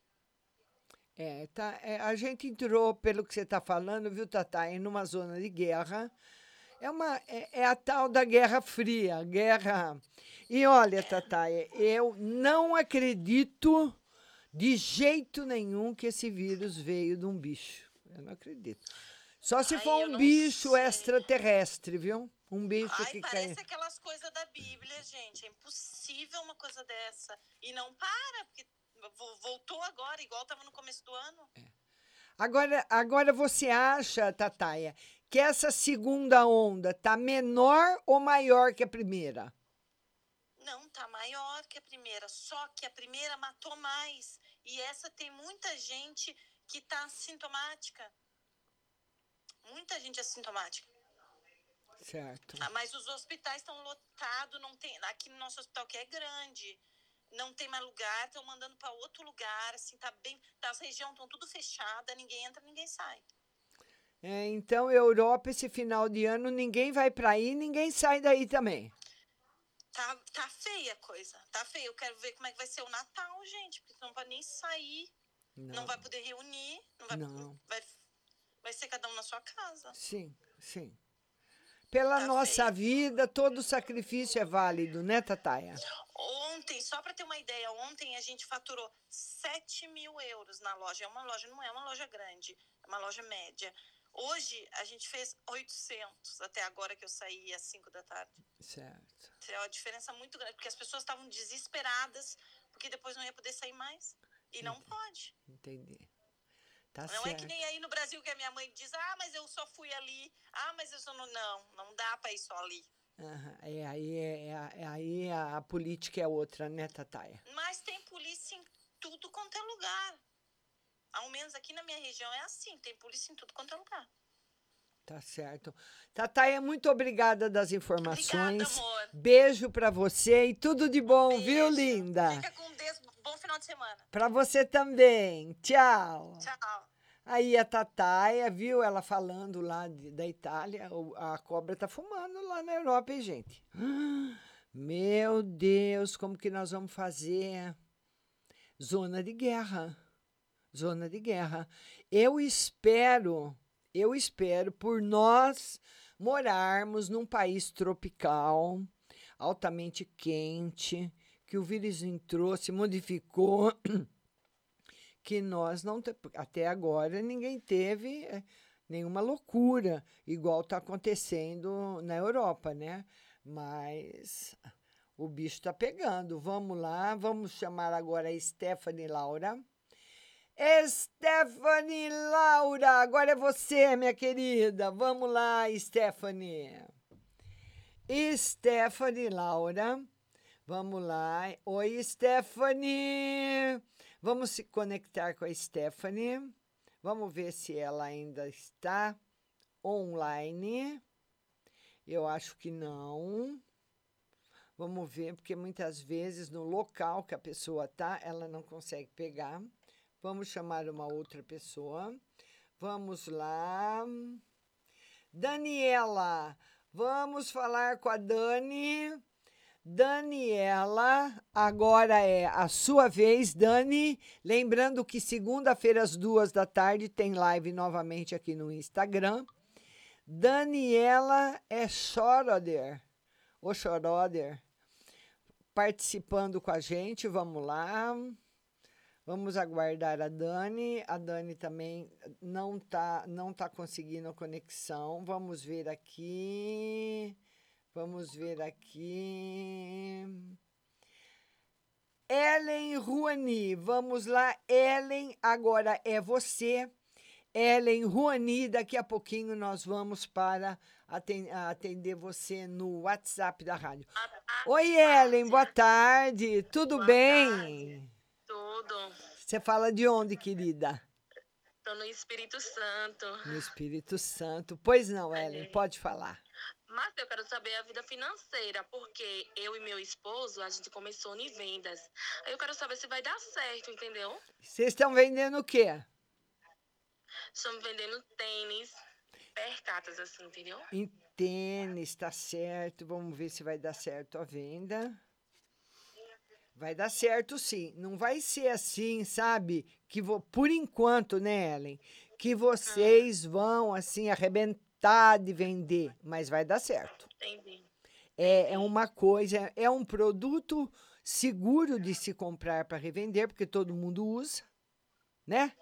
A gente entrou, pelo que você está falando, viu, Tatá, numa zona de guerra. É a tal da Guerra Fria, E olha, Tatá, eu não acredito de jeito nenhum que esse vírus veio de um bicho. Eu não acredito. Só se for um bicho extraterrestre, viu? Um bicho que parece aquelas coisas da Bíblia, gente. É impossível uma coisa dessa. E não para, porque voltou agora, igual estava no começo do ano. Agora você acha, Tataia, que essa segunda onda tá menor ou maior que a primeira? Não, tá maior que a primeira. Só que a primeira matou mais. E essa tem muita gente que tá assintomática. Muita gente assintomática. Certo. Mas os hospitais estão lotados, não tem. Aqui no nosso hospital, que é grande, não tem mais lugar, estão mandando para outro lugar, assim, as regiões estão tudo fechadas, ninguém entra, ninguém sai. Então, Europa, esse final de ano, ninguém vai para aí, ninguém sai daí também. Tá feia a coisa, tá feia. Eu quero ver como é que vai ser o Natal, gente, porque não vai nem sair, não vai poder reunir, vai ser cada um na sua casa. Sim. Pela nossa vida, todo sacrifício é válido, né, Tataia? Ontem, só para ter uma ideia, ontem a gente faturou 7 mil euros na loja. Não é uma loja grande, é uma loja média. Hoje, a gente fez 800, até agora que eu saí às 5 da tarde. Certo. É uma diferença muito grande, porque as pessoas estavam desesperadas, porque depois não ia poder sair mais. E não pode. Entendi. Não é que nem aí no Brasil que a minha mãe diz, mas eu só fui ali, mas eu só não dá para ir só ali. Aí a política é outra, né, Tataia? Mas tem polícia em tudo quanto é lugar. Ao menos aqui na minha região é assim, tem polícia em tudo quanto é lugar. Tá certo. Tataia, muito obrigada das informações. Obrigada, amor. Beijo para você e tudo de bom, viu, linda? Fica com Deus. Bom final de semana. Para você também. Tchau. Tchau. Aí a Tataia, viu, ela falando lá da Itália, a cobra tá fumando lá na Europa, hein, gente? Meu Deus, como que nós vamos fazer? Zona de guerra. Eu espero por nós morarmos num país tropical, altamente quente, que o vírus entrou, se modificou, que nós não, até agora, ninguém teve nenhuma loucura, igual está acontecendo na Europa, né? Mas o bicho está pegando. Vamos lá, vamos chamar agora a Stephanie Laura. Stephanie Laura, agora é você, minha querida. Vamos lá, Stephanie. Stephanie Laura, vamos lá. Oi, Stephanie. Vamos se conectar com a Stephanie. Vamos ver se ela ainda está online. Eu acho que não. Vamos ver, porque muitas vezes no local que a pessoa está, ela não consegue pegar. Vamos chamar uma outra pessoa. Vamos lá. Daniela, vamos falar com a Dani. Daniela, agora é a sua vez, Dani. Lembrando que segunda-feira às 14h tem live novamente aqui no Instagram. Daniela é Schroeder, ou Schroeder, participando com a gente. Vamos lá. Vamos aguardar a Dani. A Dani também não tá conseguindo a conexão. Vamos ver aqui. Ellen Ruani. Vamos lá, Ellen. Agora é você. Ellen Ruani, daqui a pouquinho nós vamos para atender você no WhatsApp da rádio. Oi, Ellen, boa tarde. Tudo bem? Tudo. Você fala de onde, querida? Estou no Espírito Santo. No Espírito Santo. Pois não, Ellen, pode falar. Mas eu quero saber a vida financeira, porque eu e meu esposo, a gente começou em vendas. Aí eu quero saber se vai dar certo, entendeu? Vocês estão vendendo o quê? Estamos vendendo tênis, percatas assim, entendeu? Em tênis, tá certo. Vamos ver se vai dar certo a venda. Vai dar certo, sim. Não vai ser assim, sabe? Por enquanto, né, Ellen? Que vocês vão, assim, arrebentar de vender. Mas vai dar certo. Entendi. É uma coisa, é um produto seguro de se comprar para revender, porque todo mundo usa, né?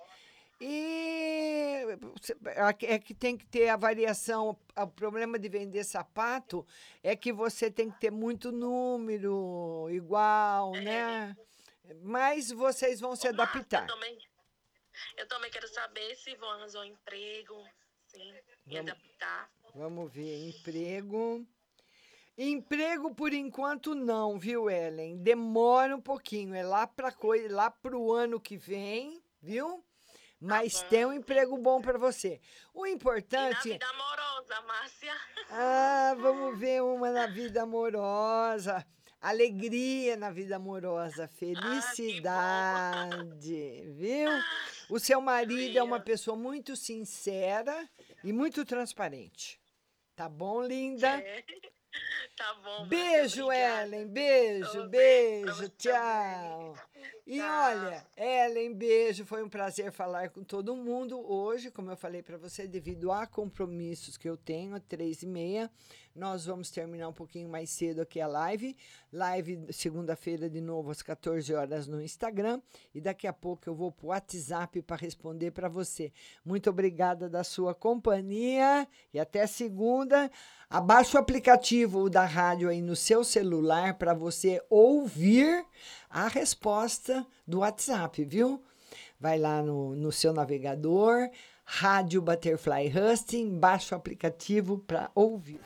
E é que tem que ter a variação. O problema de vender sapato é que você tem que ter muito número igual, né? Mas vocês vão se adaptar. Eu também quero saber se vão arranjar um emprego, sim, me adaptar. Vamos ver, emprego. Emprego, por enquanto, não, viu, Ellen? Demora um pouquinho, é lá para o ano que vem, viu? Mas tem um emprego bom para você. O importante... E na vida amorosa, Márcia. Vamos ver uma na vida amorosa. Alegria na vida amorosa. Felicidade, viu? O seu marido é uma pessoa muito sincera e muito transparente. Tá bom, linda? Tá bom. Beijo, Márcia, Ellen. Beijo. Tchau. E olha, Ellen, beijo. Foi um prazer falar com todo mundo hoje. Como eu falei para você, devido a compromissos que eu tenho, às 3h30, nós vamos terminar um pouquinho mais cedo aqui a live. Live segunda-feira de novo às 14 horas no Instagram. E daqui a pouco eu vou pro WhatsApp para responder para você. Muito obrigada da sua companhia e até segunda. Abaixa o aplicativo da rádio aí no seu celular para você ouvir a resposta do WhatsApp, viu? Vai lá no seu navegador, Rádio Butterfly Husting, baixa o aplicativo para ouvir.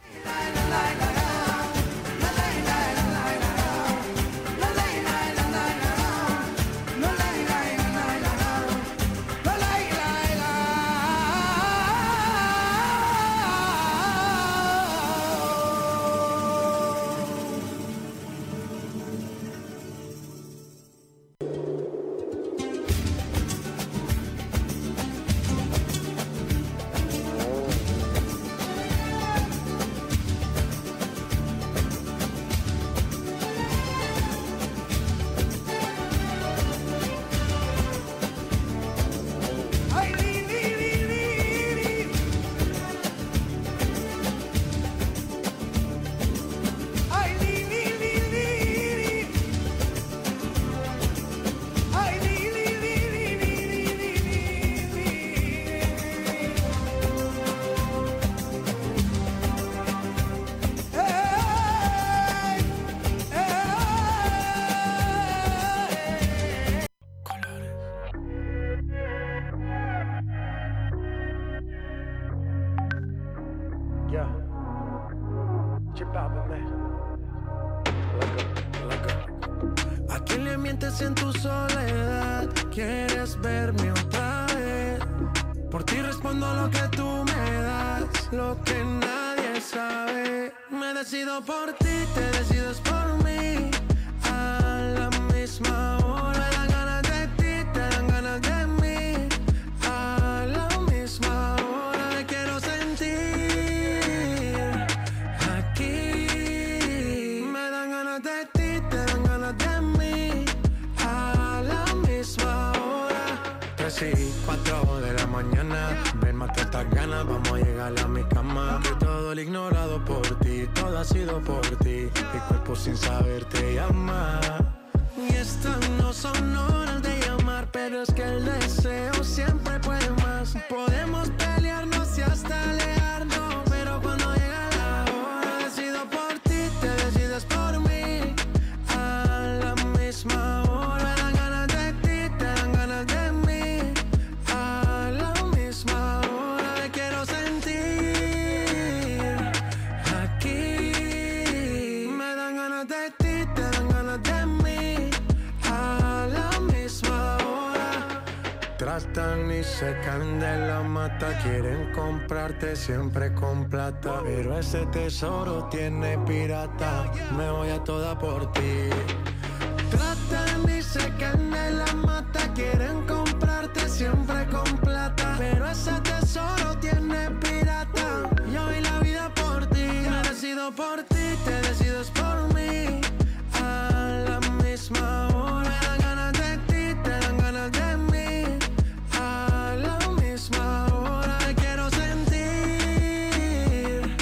Yeah. ¿A quién le mientes en tu soledad? ¿Quieres verme otra vez? Por ti respondo lo que tú me das, lo que nadie sabe. Me decido por ti, te decides por mí. A la misma hora me dan ganas de ti, te dan ganas de mí. A la misma hora me quiero sentir aquí. Me dan ganas de ti, te dan ganas de mí. A la misma hora. 3 y 4 de la mañana. Ven, mate estas ganas, vamos a llegar a mi cama. Que todo el ignorado por ti, todo ha sido por ti. Mi cuerpo sin saber te llama. Y estas no son horas de llamar, pero es que el deseo siempre puede más. Podemos pelearnos y hasta alejarnos, pero cuando llega la hora decido por ti, te decides por mí. A la misma hora me dan ganas de ti, te dan ganas de mí. A la misma hora me quiero sentir aquí. Me dan ganas de ti, te dan ganas de mí. A la misma hora. Tratan y se caen de la mata. Quieren comprarte siempre con plata, pero ese tesoro tiene pirata. Me voy a toda por ti. Tratan y se caen de la mata. Quieren comprarte siempre con plata, pero ese tesoro tiene pirata. Yo vi la vida por ti. Me decido por ti, te decides por mí. A la misma hora me dan ganas de ti, te dan ganas de mí. A la misma hora me quiero sentir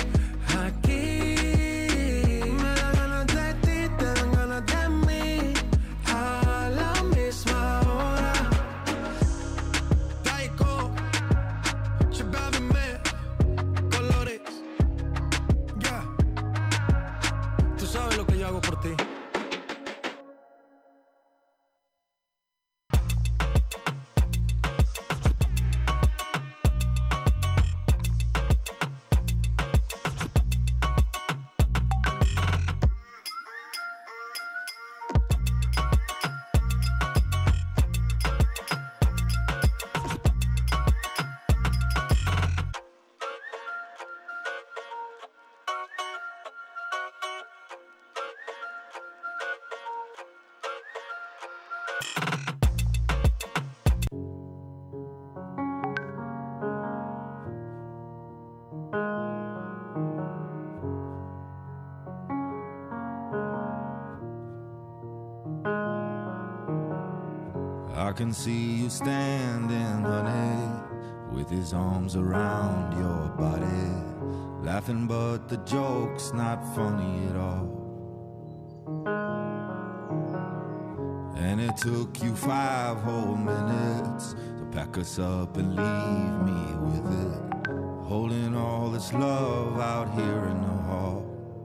aquí. Me dan ganas de ti, te dan ganas de mí. A la misma hora. Taiko, Chibabime, Colores. Ya. Tú sabes lo que yo hago por ti. I can see you standing, honey, with his arms around your body, laughing but the joke's not funny at all. And it took you 5 whole minutes to pack us up and leave me with it, holding all this love out here in the hall.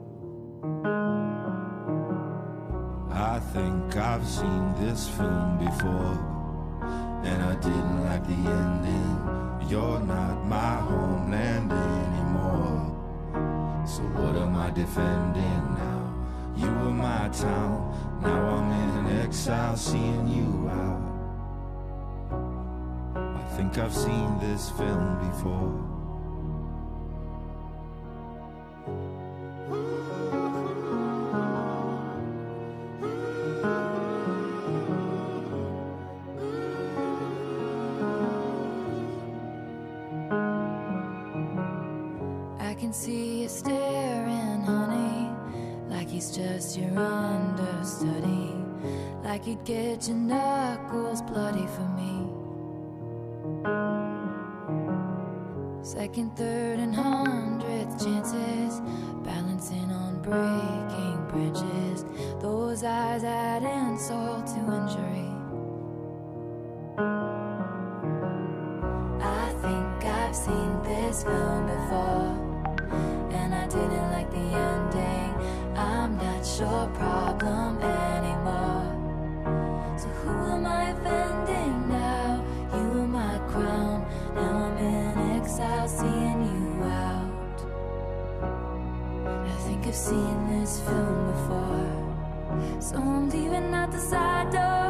I think I've seen this film before, and I didn't like the ending. You're not my homeland anymore, so what am I defending now? You were my town, now I'm in exile seeing you out. I think I've seen this film before. See you staring, honey, like he's just your understudy, like you'd get your knuckles bloody for me. Second, third, and 100th chances, balancing on breaking bridges. Those eyes add insult to injury. I think I've seen this film before, and I didn't like the ending. I'm not your problem anymore, so who am I offending now? You were my crown, now I'm in exile seeing you out. you've seen this film before. So I'm leaving out the side door.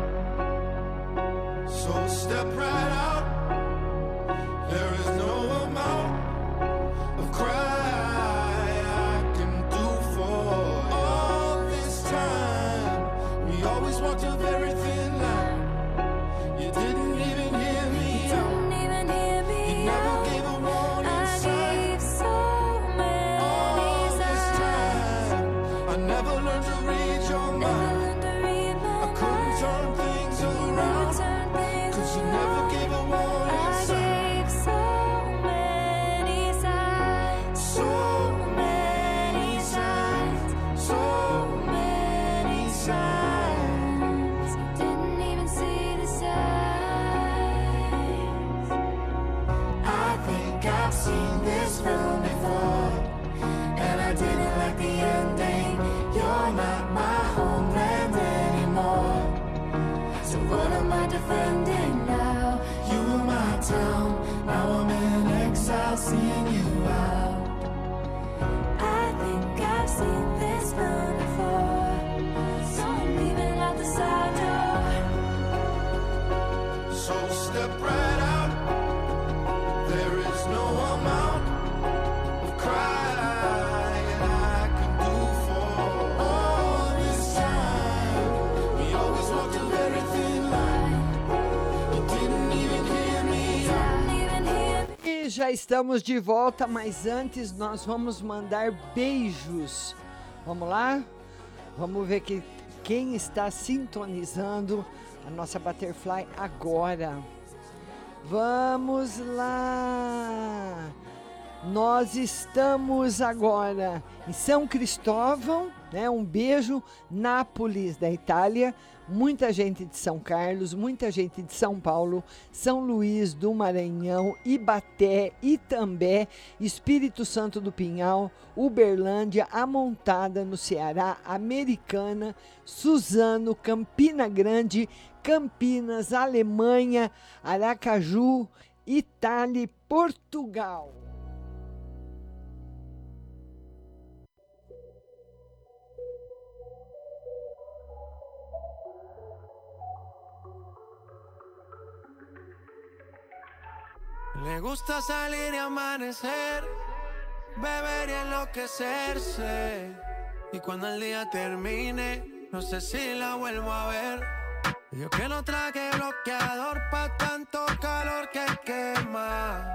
So step right out. There is no amount of cry I can do for all this time. We always walked a very thin line. You didn't even hear me out. You never gave a warning sign. All this time, I never learned to read your mind. I couldn't turn things around, 'cause you never gave a warning sign. So many signs, so many signs, so many signs. Didn't even see the signs. I think I've seen this film before, and I didn't like the ending. You're not my homeland anymore. So what am I defending now? You were my town, now I'm in exile seeing you out. I think I've seen this film before. So I'm leaving out the side door. So step right out. There is no amount of crying I can do for all this time. We always walked a very thin line. You didn't even hear me out. E já estamos de volta, mas antes nós vamos mandar beijos. Vamos lá? Vamos ver quem está sintonizando a nossa Butterfly agora. Vamos lá! Nós estamos agora em São Cristóvão, né? Um beijo, Nápoles, da Itália. Muita gente de São Carlos, muita gente de São Paulo, São Luís do Maranhão, Ibaté, Itambé, Espírito Santo do Pinhal, Uberlândia, Amontada no Ceará, Americana, Suzano, Campina Grande, Campinas, Alemanha, Aracaju, Itália e Portugal. Le gusta salir y amanecer, beber y enloquecerse. Y cuando el día termine, no sé si la vuelvo a ver. Yo que no traje bloqueador pa' tanto calor que quema.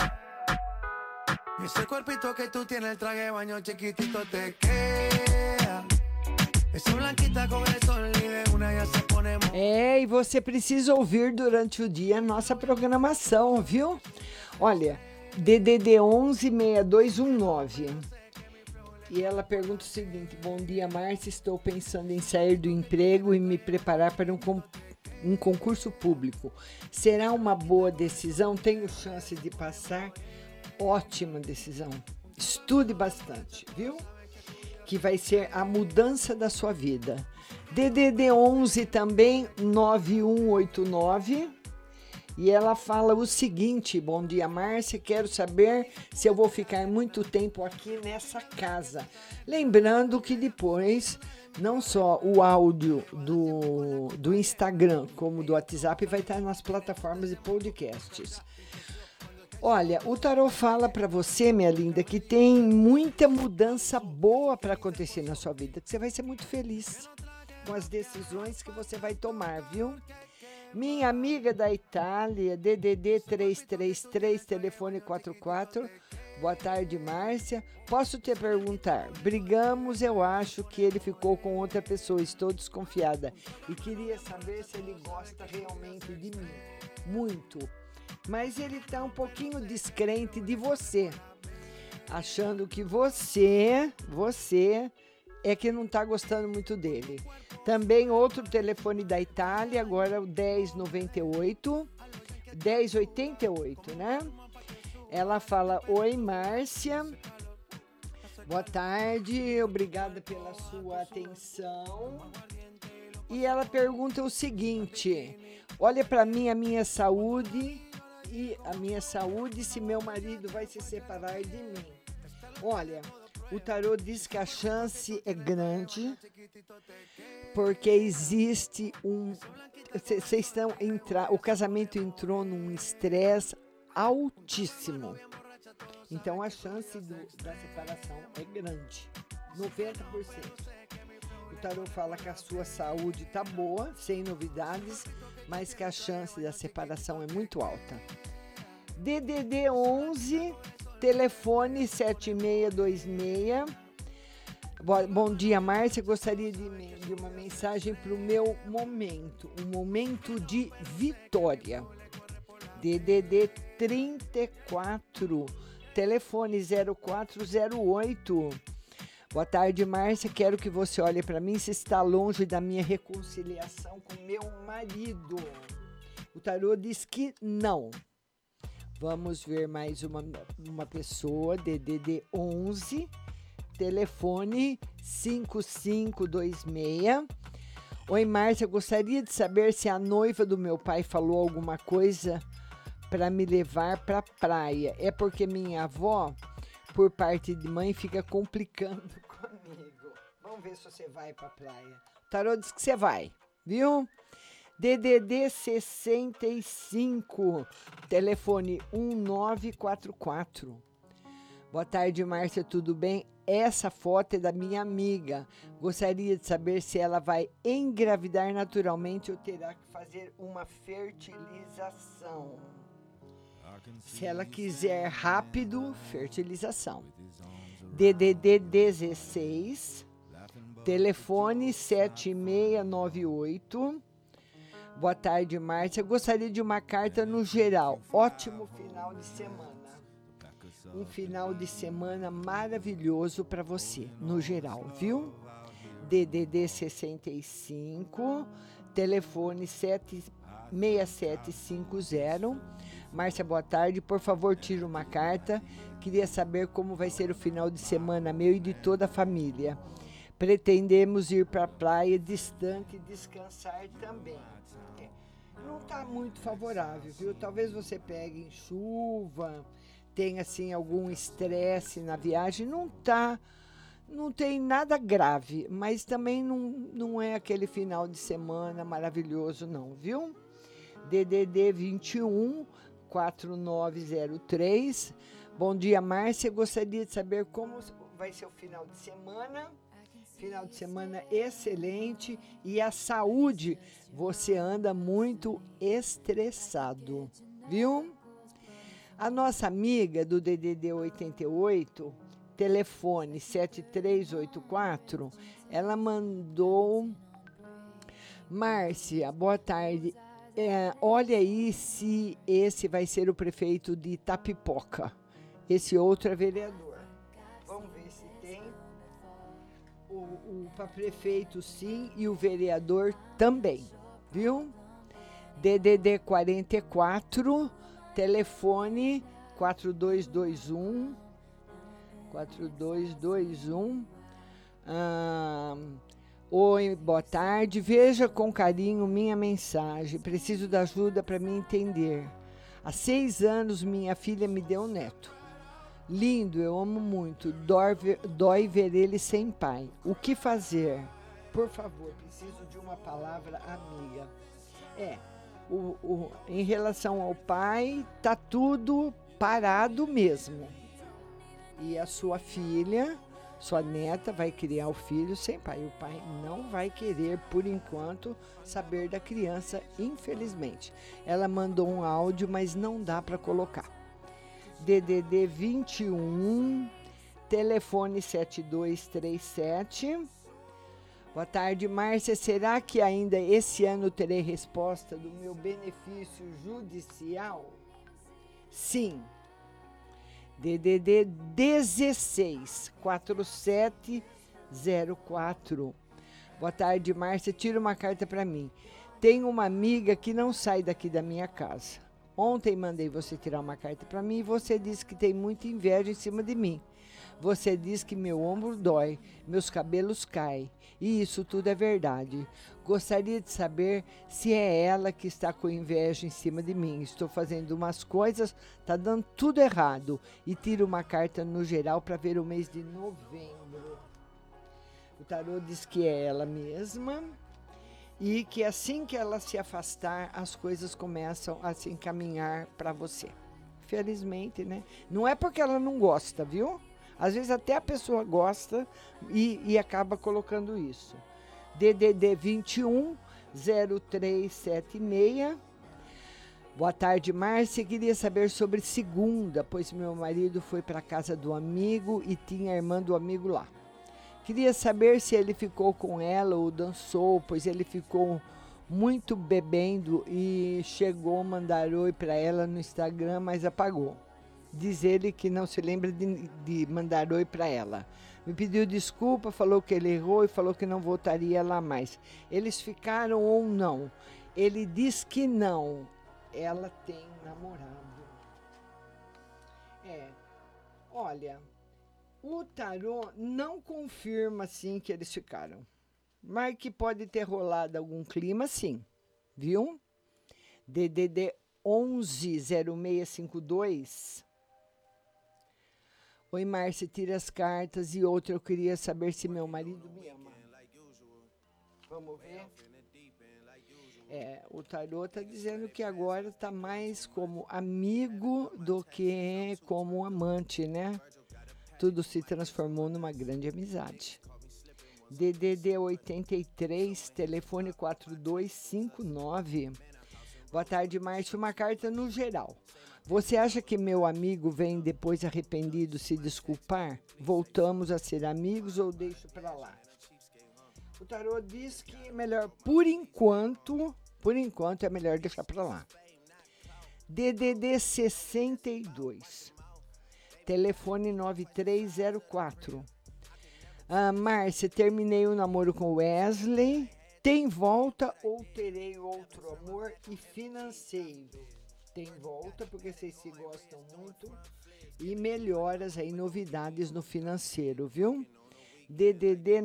Y ese cuerpito que tú tienes, el traje de baño chiquitito te queda. Essa blanquita com el sol e de una já se pone... E você precisa ouvir durante o dia a nossa programação, viu? Olha, DDD 116219. E ela pergunta o seguinte: bom dia, Márcia, estou pensando em sair do emprego e me preparar para um concurso público. Será uma boa decisão? Tenho chance de passar? Ótima decisão. Estude bastante, viu? Que vai ser a mudança da sua vida. DDD 11 também, 9189. E ela fala o seguinte: bom dia, Márcia, quero saber se eu vou ficar muito tempo aqui nessa casa. Lembrando que depois, não só o áudio do Instagram, como do WhatsApp, vai estar nas plataformas de podcasts. Olha, o tarô fala para você, minha linda, que tem muita mudança boa para acontecer na sua vida, que você vai ser muito feliz com as decisões que você vai tomar, viu? Minha amiga da Itália, DDD 333, telefone 44. Boa tarde, Márcia. Posso te perguntar? Brigamos, eu acho que ele ficou com outra pessoa. Estou desconfiada. E queria saber se ele gosta realmente de mim. Muito. Mas ele está um pouquinho descrente de você. Achando que você é que não está gostando muito dele. Também outro telefone da Itália, agora o 1088, né? Ela fala: oi, Márcia. Boa tarde, obrigada pela sua atenção. E ela pergunta o seguinte: olha para mim a minha saúde se meu marido vai se separar de mim. Olha, O tarô diz que a chance é grande, porque existe o casamento entrou num estresse altíssimo. Então a chance da separação é grande, 90%. O tarô fala que a sua saúde está boa, sem novidades, mas que a chance da separação é muito alta. DDD 11, telefone 7626. Bom dia, Márcia. Gostaria de uma mensagem para o meu momento, um momento de vitória. DDD 34, telefone 0408. Boa tarde, Márcia. Quero que você olhe para mim se está longe da minha reconciliação com meu marido. O tarô diz que não. Vamos ver mais uma pessoa, DDD 11, telefone 5526. Oi, Márcia, gostaria de saber se a noiva do meu pai falou alguma coisa para me levar para a praia. É porque minha avó, por parte de mãe, fica complicando comigo. Vamos ver se você vai para a praia. O tarô diz que você vai, viu? DDD 65, telefone 1944. Boa tarde, Márcia, tudo bem? Essa foto é da minha amiga. Gostaria de saber se ela vai engravidar naturalmente ou terá que fazer uma fertilização. Se ela quiser rápido, fertilização. DDD 16, telefone 7698. Boa tarde, Márcia. Gostaria de uma carta no geral. Ótimo final de semana. Um final de semana maravilhoso para você, no geral, viu? DDD 65, telefone 6750. Márcia, boa tarde. Por favor, tire uma carta. Queria saber como vai ser o final de semana meu e de toda a família. Pretendemos ir para a praia distante e descansar também. Não está muito favorável, viu? Talvez você pegue em chuva, tenha assim algum estresse na viagem. Não tem nada grave, mas também não é aquele final de semana maravilhoso não, viu? DDD 21 4903. Bom dia, Márcia. Gostaria de saber como vai ser o final de semana. Final de semana excelente e a saúde, você anda muito estressado, viu? A nossa amiga do DDD 88, telefone 7384, ela mandou: Márcia, boa tarde. Olha aí se esse vai ser o prefeito de Itapipoca. Esse outro é vereador. Vamos ver se tem. O para prefeito sim e o vereador também, viu? DDD 44, telefone 4221. Oi, boa tarde. Veja com carinho minha mensagem. Preciso da ajuda para me entender. Há 6 anos minha filha me deu um neto. Lindo, eu amo muito. Dói ver ele sem pai. O que fazer? Por favor, preciso de uma palavra amiga. Em relação ao pai, tá tudo parado mesmo. E a sua filha, sua neta, vai criar o filho sem pai. O pai não vai querer, por enquanto, saber da criança, infelizmente. Ela mandou um áudio, mas não dá para colocar. DDD 21, telefone 7237. Boa tarde, Márcia. Será que ainda esse ano terei resposta do meu benefício judicial? Sim. DDD 16, 4704. Boa tarde, Márcia. Tira uma carta para mim. Tenho uma amiga que não sai daqui da minha casa. Ontem mandei você tirar uma carta para mim e você disse que tem muita inveja em cima de mim. Você diz que meu ombro dói, meus cabelos caem. E isso tudo é verdade. Gostaria de saber se é ela que está com inveja em cima de mim. Estou fazendo umas coisas, tá dando tudo errado. E tiro uma carta no geral para ver o mês de novembro. O tarô diz que é ela mesma e que assim que ela se afastar, as coisas começam a se encaminhar para você. Felizmente, né? Não é porque ela não gosta, viu? Às vezes até a pessoa gosta e acaba colocando isso. DDD 21 0376. Boa tarde, Márcia. Queria saber sobre segunda, pois meu marido foi para a casa do amigo e tinha a irmã do amigo lá. Queria saber se ele ficou com ela ou dançou, pois ele ficou muito bebendo e chegou a mandar oi para ela no Instagram, mas apagou. Diz ele que não se lembra de mandar oi para ela. Me pediu desculpa, falou que ele errou e falou que não voltaria lá mais. Eles ficaram ou não? Ele diz que não. Ela tem namorado. Olha, o tarô não confirma, sim, que eles ficaram. Mas que pode ter rolado algum clima, sim. Viu? DDD 11 0652. Oi, Márcia, tira as cartas. E outra, eu queria saber se meu marido me ama. Vamos ver? O tarô está dizendo que agora está mais como amigo do que como amante, né? Tudo se transformou numa grande amizade. DDD 83, telefone 4259. Boa tarde, Márcia. Uma carta no geral. Você acha que meu amigo vem depois arrependido se desculpar? Voltamos a ser amigos ou deixo para lá? O tarô diz que é melhor, por enquanto é melhor deixar para lá. DDD 62, telefone 9304. Márcia, terminei o namoro com Wesley. Tem volta ou terei outro amor e financeiro? Tem volta, porque vocês se gostam muito. E melhoras aí, novidades no financeiro, viu? DDD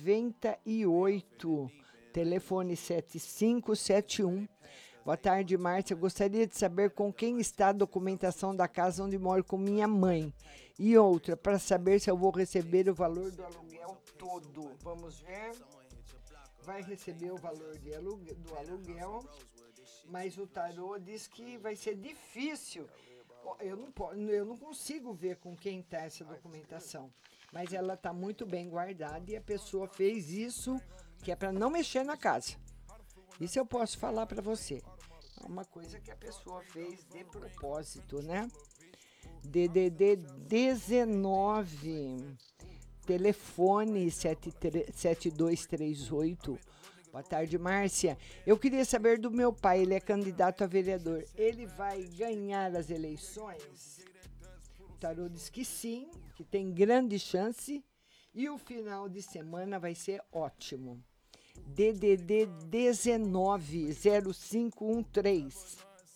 98, telefone 7571. Boa tarde, Márcia. Gostaria de saber com quem está a documentação da casa onde moro com minha mãe. E outra, para saber se eu vou receber o valor do aluguel todo. Vamos ver. Vai receber o valor do aluguel, mas o tarô diz que vai ser difícil. Eu não consigo ver com quem está essa documentação, mas ela está muito bem guardada e a pessoa fez isso, que é para não mexer na casa. Isso eu posso falar para você. É uma coisa que a pessoa fez de propósito, né? DDD 19, telefone 7238. Boa tarde, Márcia. Eu queria saber do meu pai, ele é candidato a vereador. Ele vai ganhar as eleições? O tarô diz que sim, que tem grande chance e o final de semana vai ser ótimo. DDD 19 0513.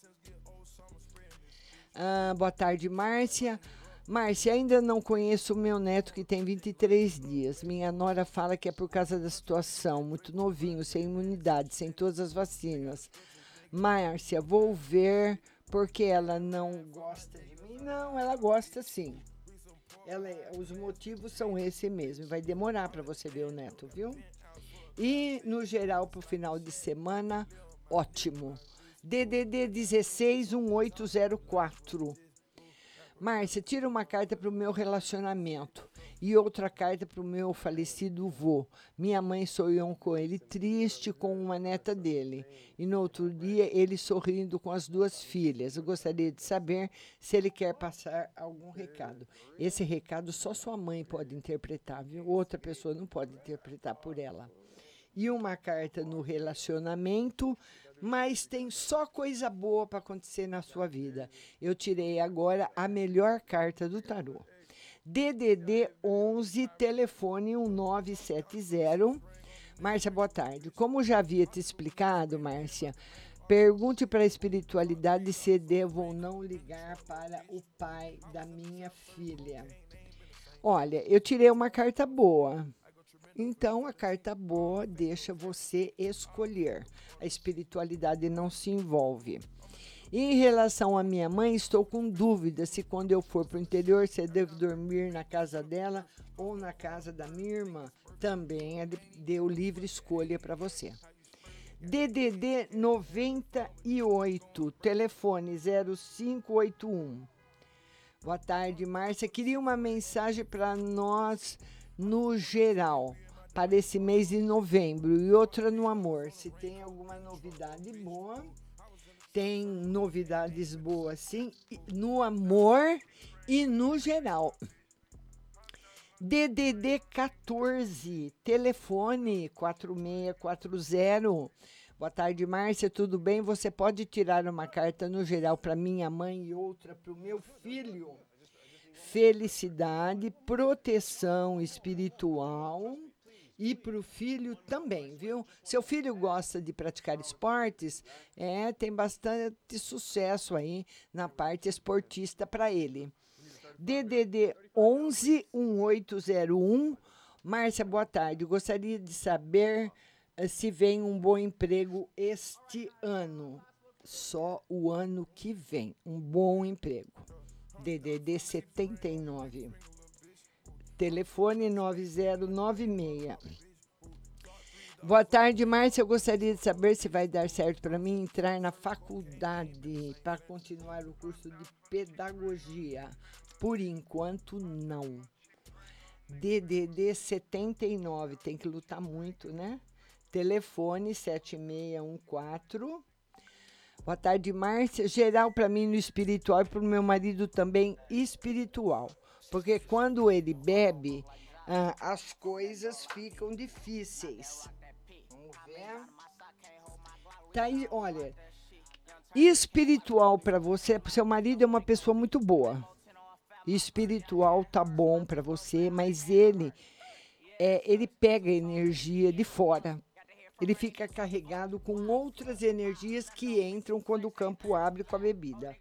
Boa tarde, Márcia. Márcia, ainda não conheço o meu neto que tem 23 dias. Minha nora fala que é por causa da situação, muito novinho, sem imunidade, sem todas as vacinas. Márcia, vou ver porque ela não gosta de mim. Não, ela gosta sim. Os motivos são esse mesmo. Vai demorar para você ver o neto, viu? E, no geral, para o final de semana, ótimo. DDD 16 1804. Márcia, tira uma carta para o meu relacionamento e outra carta para o meu falecido vô. Minha mãe sonhou com ele triste com uma neta dele. E no outro dia ele sorrindo com as duas filhas. Eu gostaria de saber se ele quer passar algum recado. Esse recado só sua mãe pode interpretar, viu? Outra pessoa não pode interpretar por ela. E uma carta no relacionamento, mas tem só coisa boa para acontecer na sua vida. Eu tirei agora a melhor carta do tarô. DDD 11, telefone 1970. Márcia, boa tarde. Como já havia te explicado, Márcia, pergunte para a espiritualidade se devo ou não ligar para o pai da minha filha. Olha, eu tirei uma carta boa. Então, a carta boa deixa você escolher. A espiritualidade não se envolve. Em relação à minha mãe, estou com dúvida se quando eu for para o interior, se eu devo dormir na casa dela ou na casa da minha irmã. Também deu livre escolha para você. DDD 98, telefone 0581. Boa tarde, Márcia. Queria uma mensagem para nós no geral, para esse mês de novembro, e outra no amor. Se tem alguma novidade boa, tem novidades boas, sim, no amor e no geral. DDD 14, telefone 4640. Boa tarde, Márcia, tudo bem? Você pode tirar uma carta no geral para minha mãe e outra para o meu filho? Felicidade, proteção espiritual e para o filho também, viu? Seu filho gosta de praticar esportes, tem bastante sucesso aí na parte esportista para ele. DDD 11 1801. Márcia, boa tarde. Gostaria de saber se vem um bom emprego este ano. Só o ano que vem. Um bom emprego. DDD 79. Telefone 9096. Boa tarde, Márcia. Eu gostaria de saber se vai dar certo para mim entrar na faculdade para continuar o curso de pedagogia. Por enquanto, não. DDD 79. Tem que lutar muito, né? Telefone 7614. Boa tarde, Márcia. Geral para mim no espiritual e para o meu marido também espiritual. Porque quando ele bebe, as coisas ficam difíceis. Vamos ver. Tá aí, olha. Espiritual para você, pro seu marido é uma pessoa muito boa. Espiritual tá bom para você, mas ele pega energia de fora. Ele fica carregado com outras energias que entram quando o campo abre com a bebida.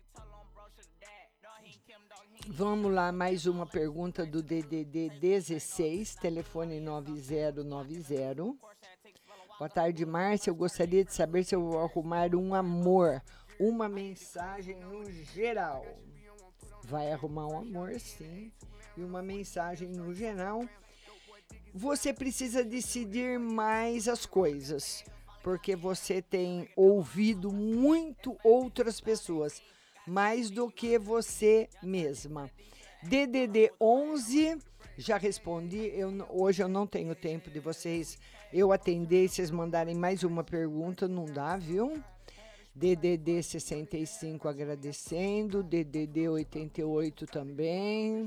Vamos lá, mais uma pergunta do DDD 16, telefone 9090. Boa tarde, Márcia. Eu gostaria de saber se eu vou arrumar um amor, uma mensagem no geral. Vai arrumar um amor, sim, e uma mensagem no geral. Você precisa decidir mais as coisas, porque você tem ouvido muito outras pessoas, mais do que você mesma. DDD 11, já respondi. Hoje eu não tenho tempo de vocês, eu atender e vocês mandarem mais uma pergunta, não dá, viu? DDD 65 agradecendo, DDD 88 também.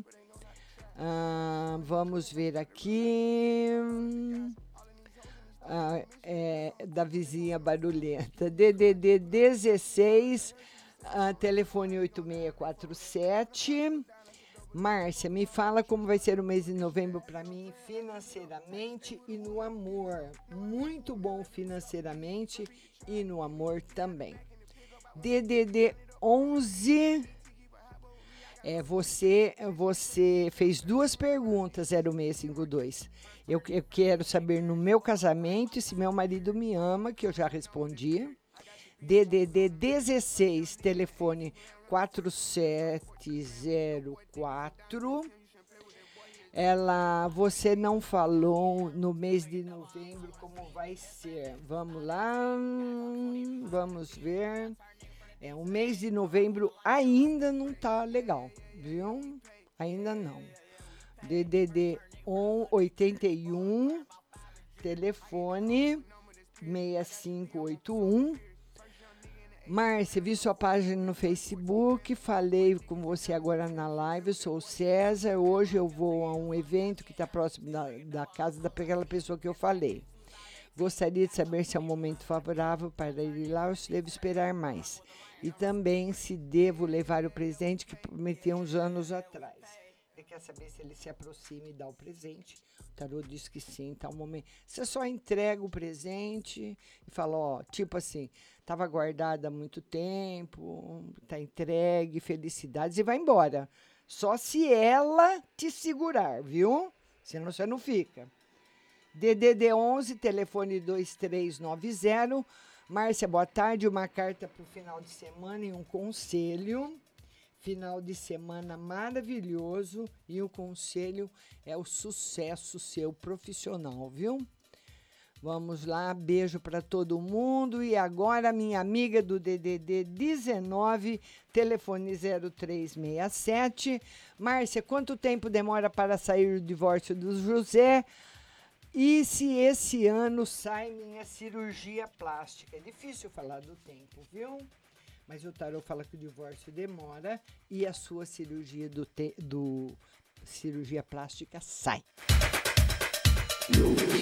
Vamos ver aqui. Da vizinha barulhenta. DDD 16, telefone 8647. Márcia, me fala como vai ser o mês de novembro para mim financeiramente e no amor. Muito bom financeiramente e no amor também. DDD 11. Você fez duas perguntas, 0652. Eu quero saber no meu casamento se meu marido me ama, que eu já respondi. DDD 16, telefone 4704. Você não falou no mês de novembro como vai ser. Vamos lá, vamos ver. O mês de novembro ainda não tá legal, viu? Ainda não. DDD 81, telefone 6581. Márcia, vi sua página no Facebook, falei com você agora na live, eu sou o César, hoje eu vou a um evento que está próximo da casa daquela pessoa que eu falei. Gostaria de saber se é um momento favorável para ir lá ou se devo esperar mais. E também se devo levar o presente que prometi uns anos atrás. Você quer saber se ele se aproxima e dá o presente? O tarô diz que sim, tá um momento. Você só entrega o presente e fala, tipo assim, estava guardado há muito tempo, tá entregue, felicidades, e vai embora. Só se ela te segurar, viu? Senão você não fica. DDD 11, telefone 2390. Márcia, boa tarde. Uma carta para o final de semana e um conselho. Final de semana maravilhoso e o conselho é o sucesso seu profissional, viu? Vamos lá, beijo para todo mundo. E agora, minha amiga do DDD 19, telefone 0367. Márcia, quanto tempo demora para sair o divórcio do José? E se esse ano sai minha cirurgia plástica? É difícil falar do tempo, viu? Mas o tarô fala que o divórcio demora e a sua cirurgia cirurgia plástica sai.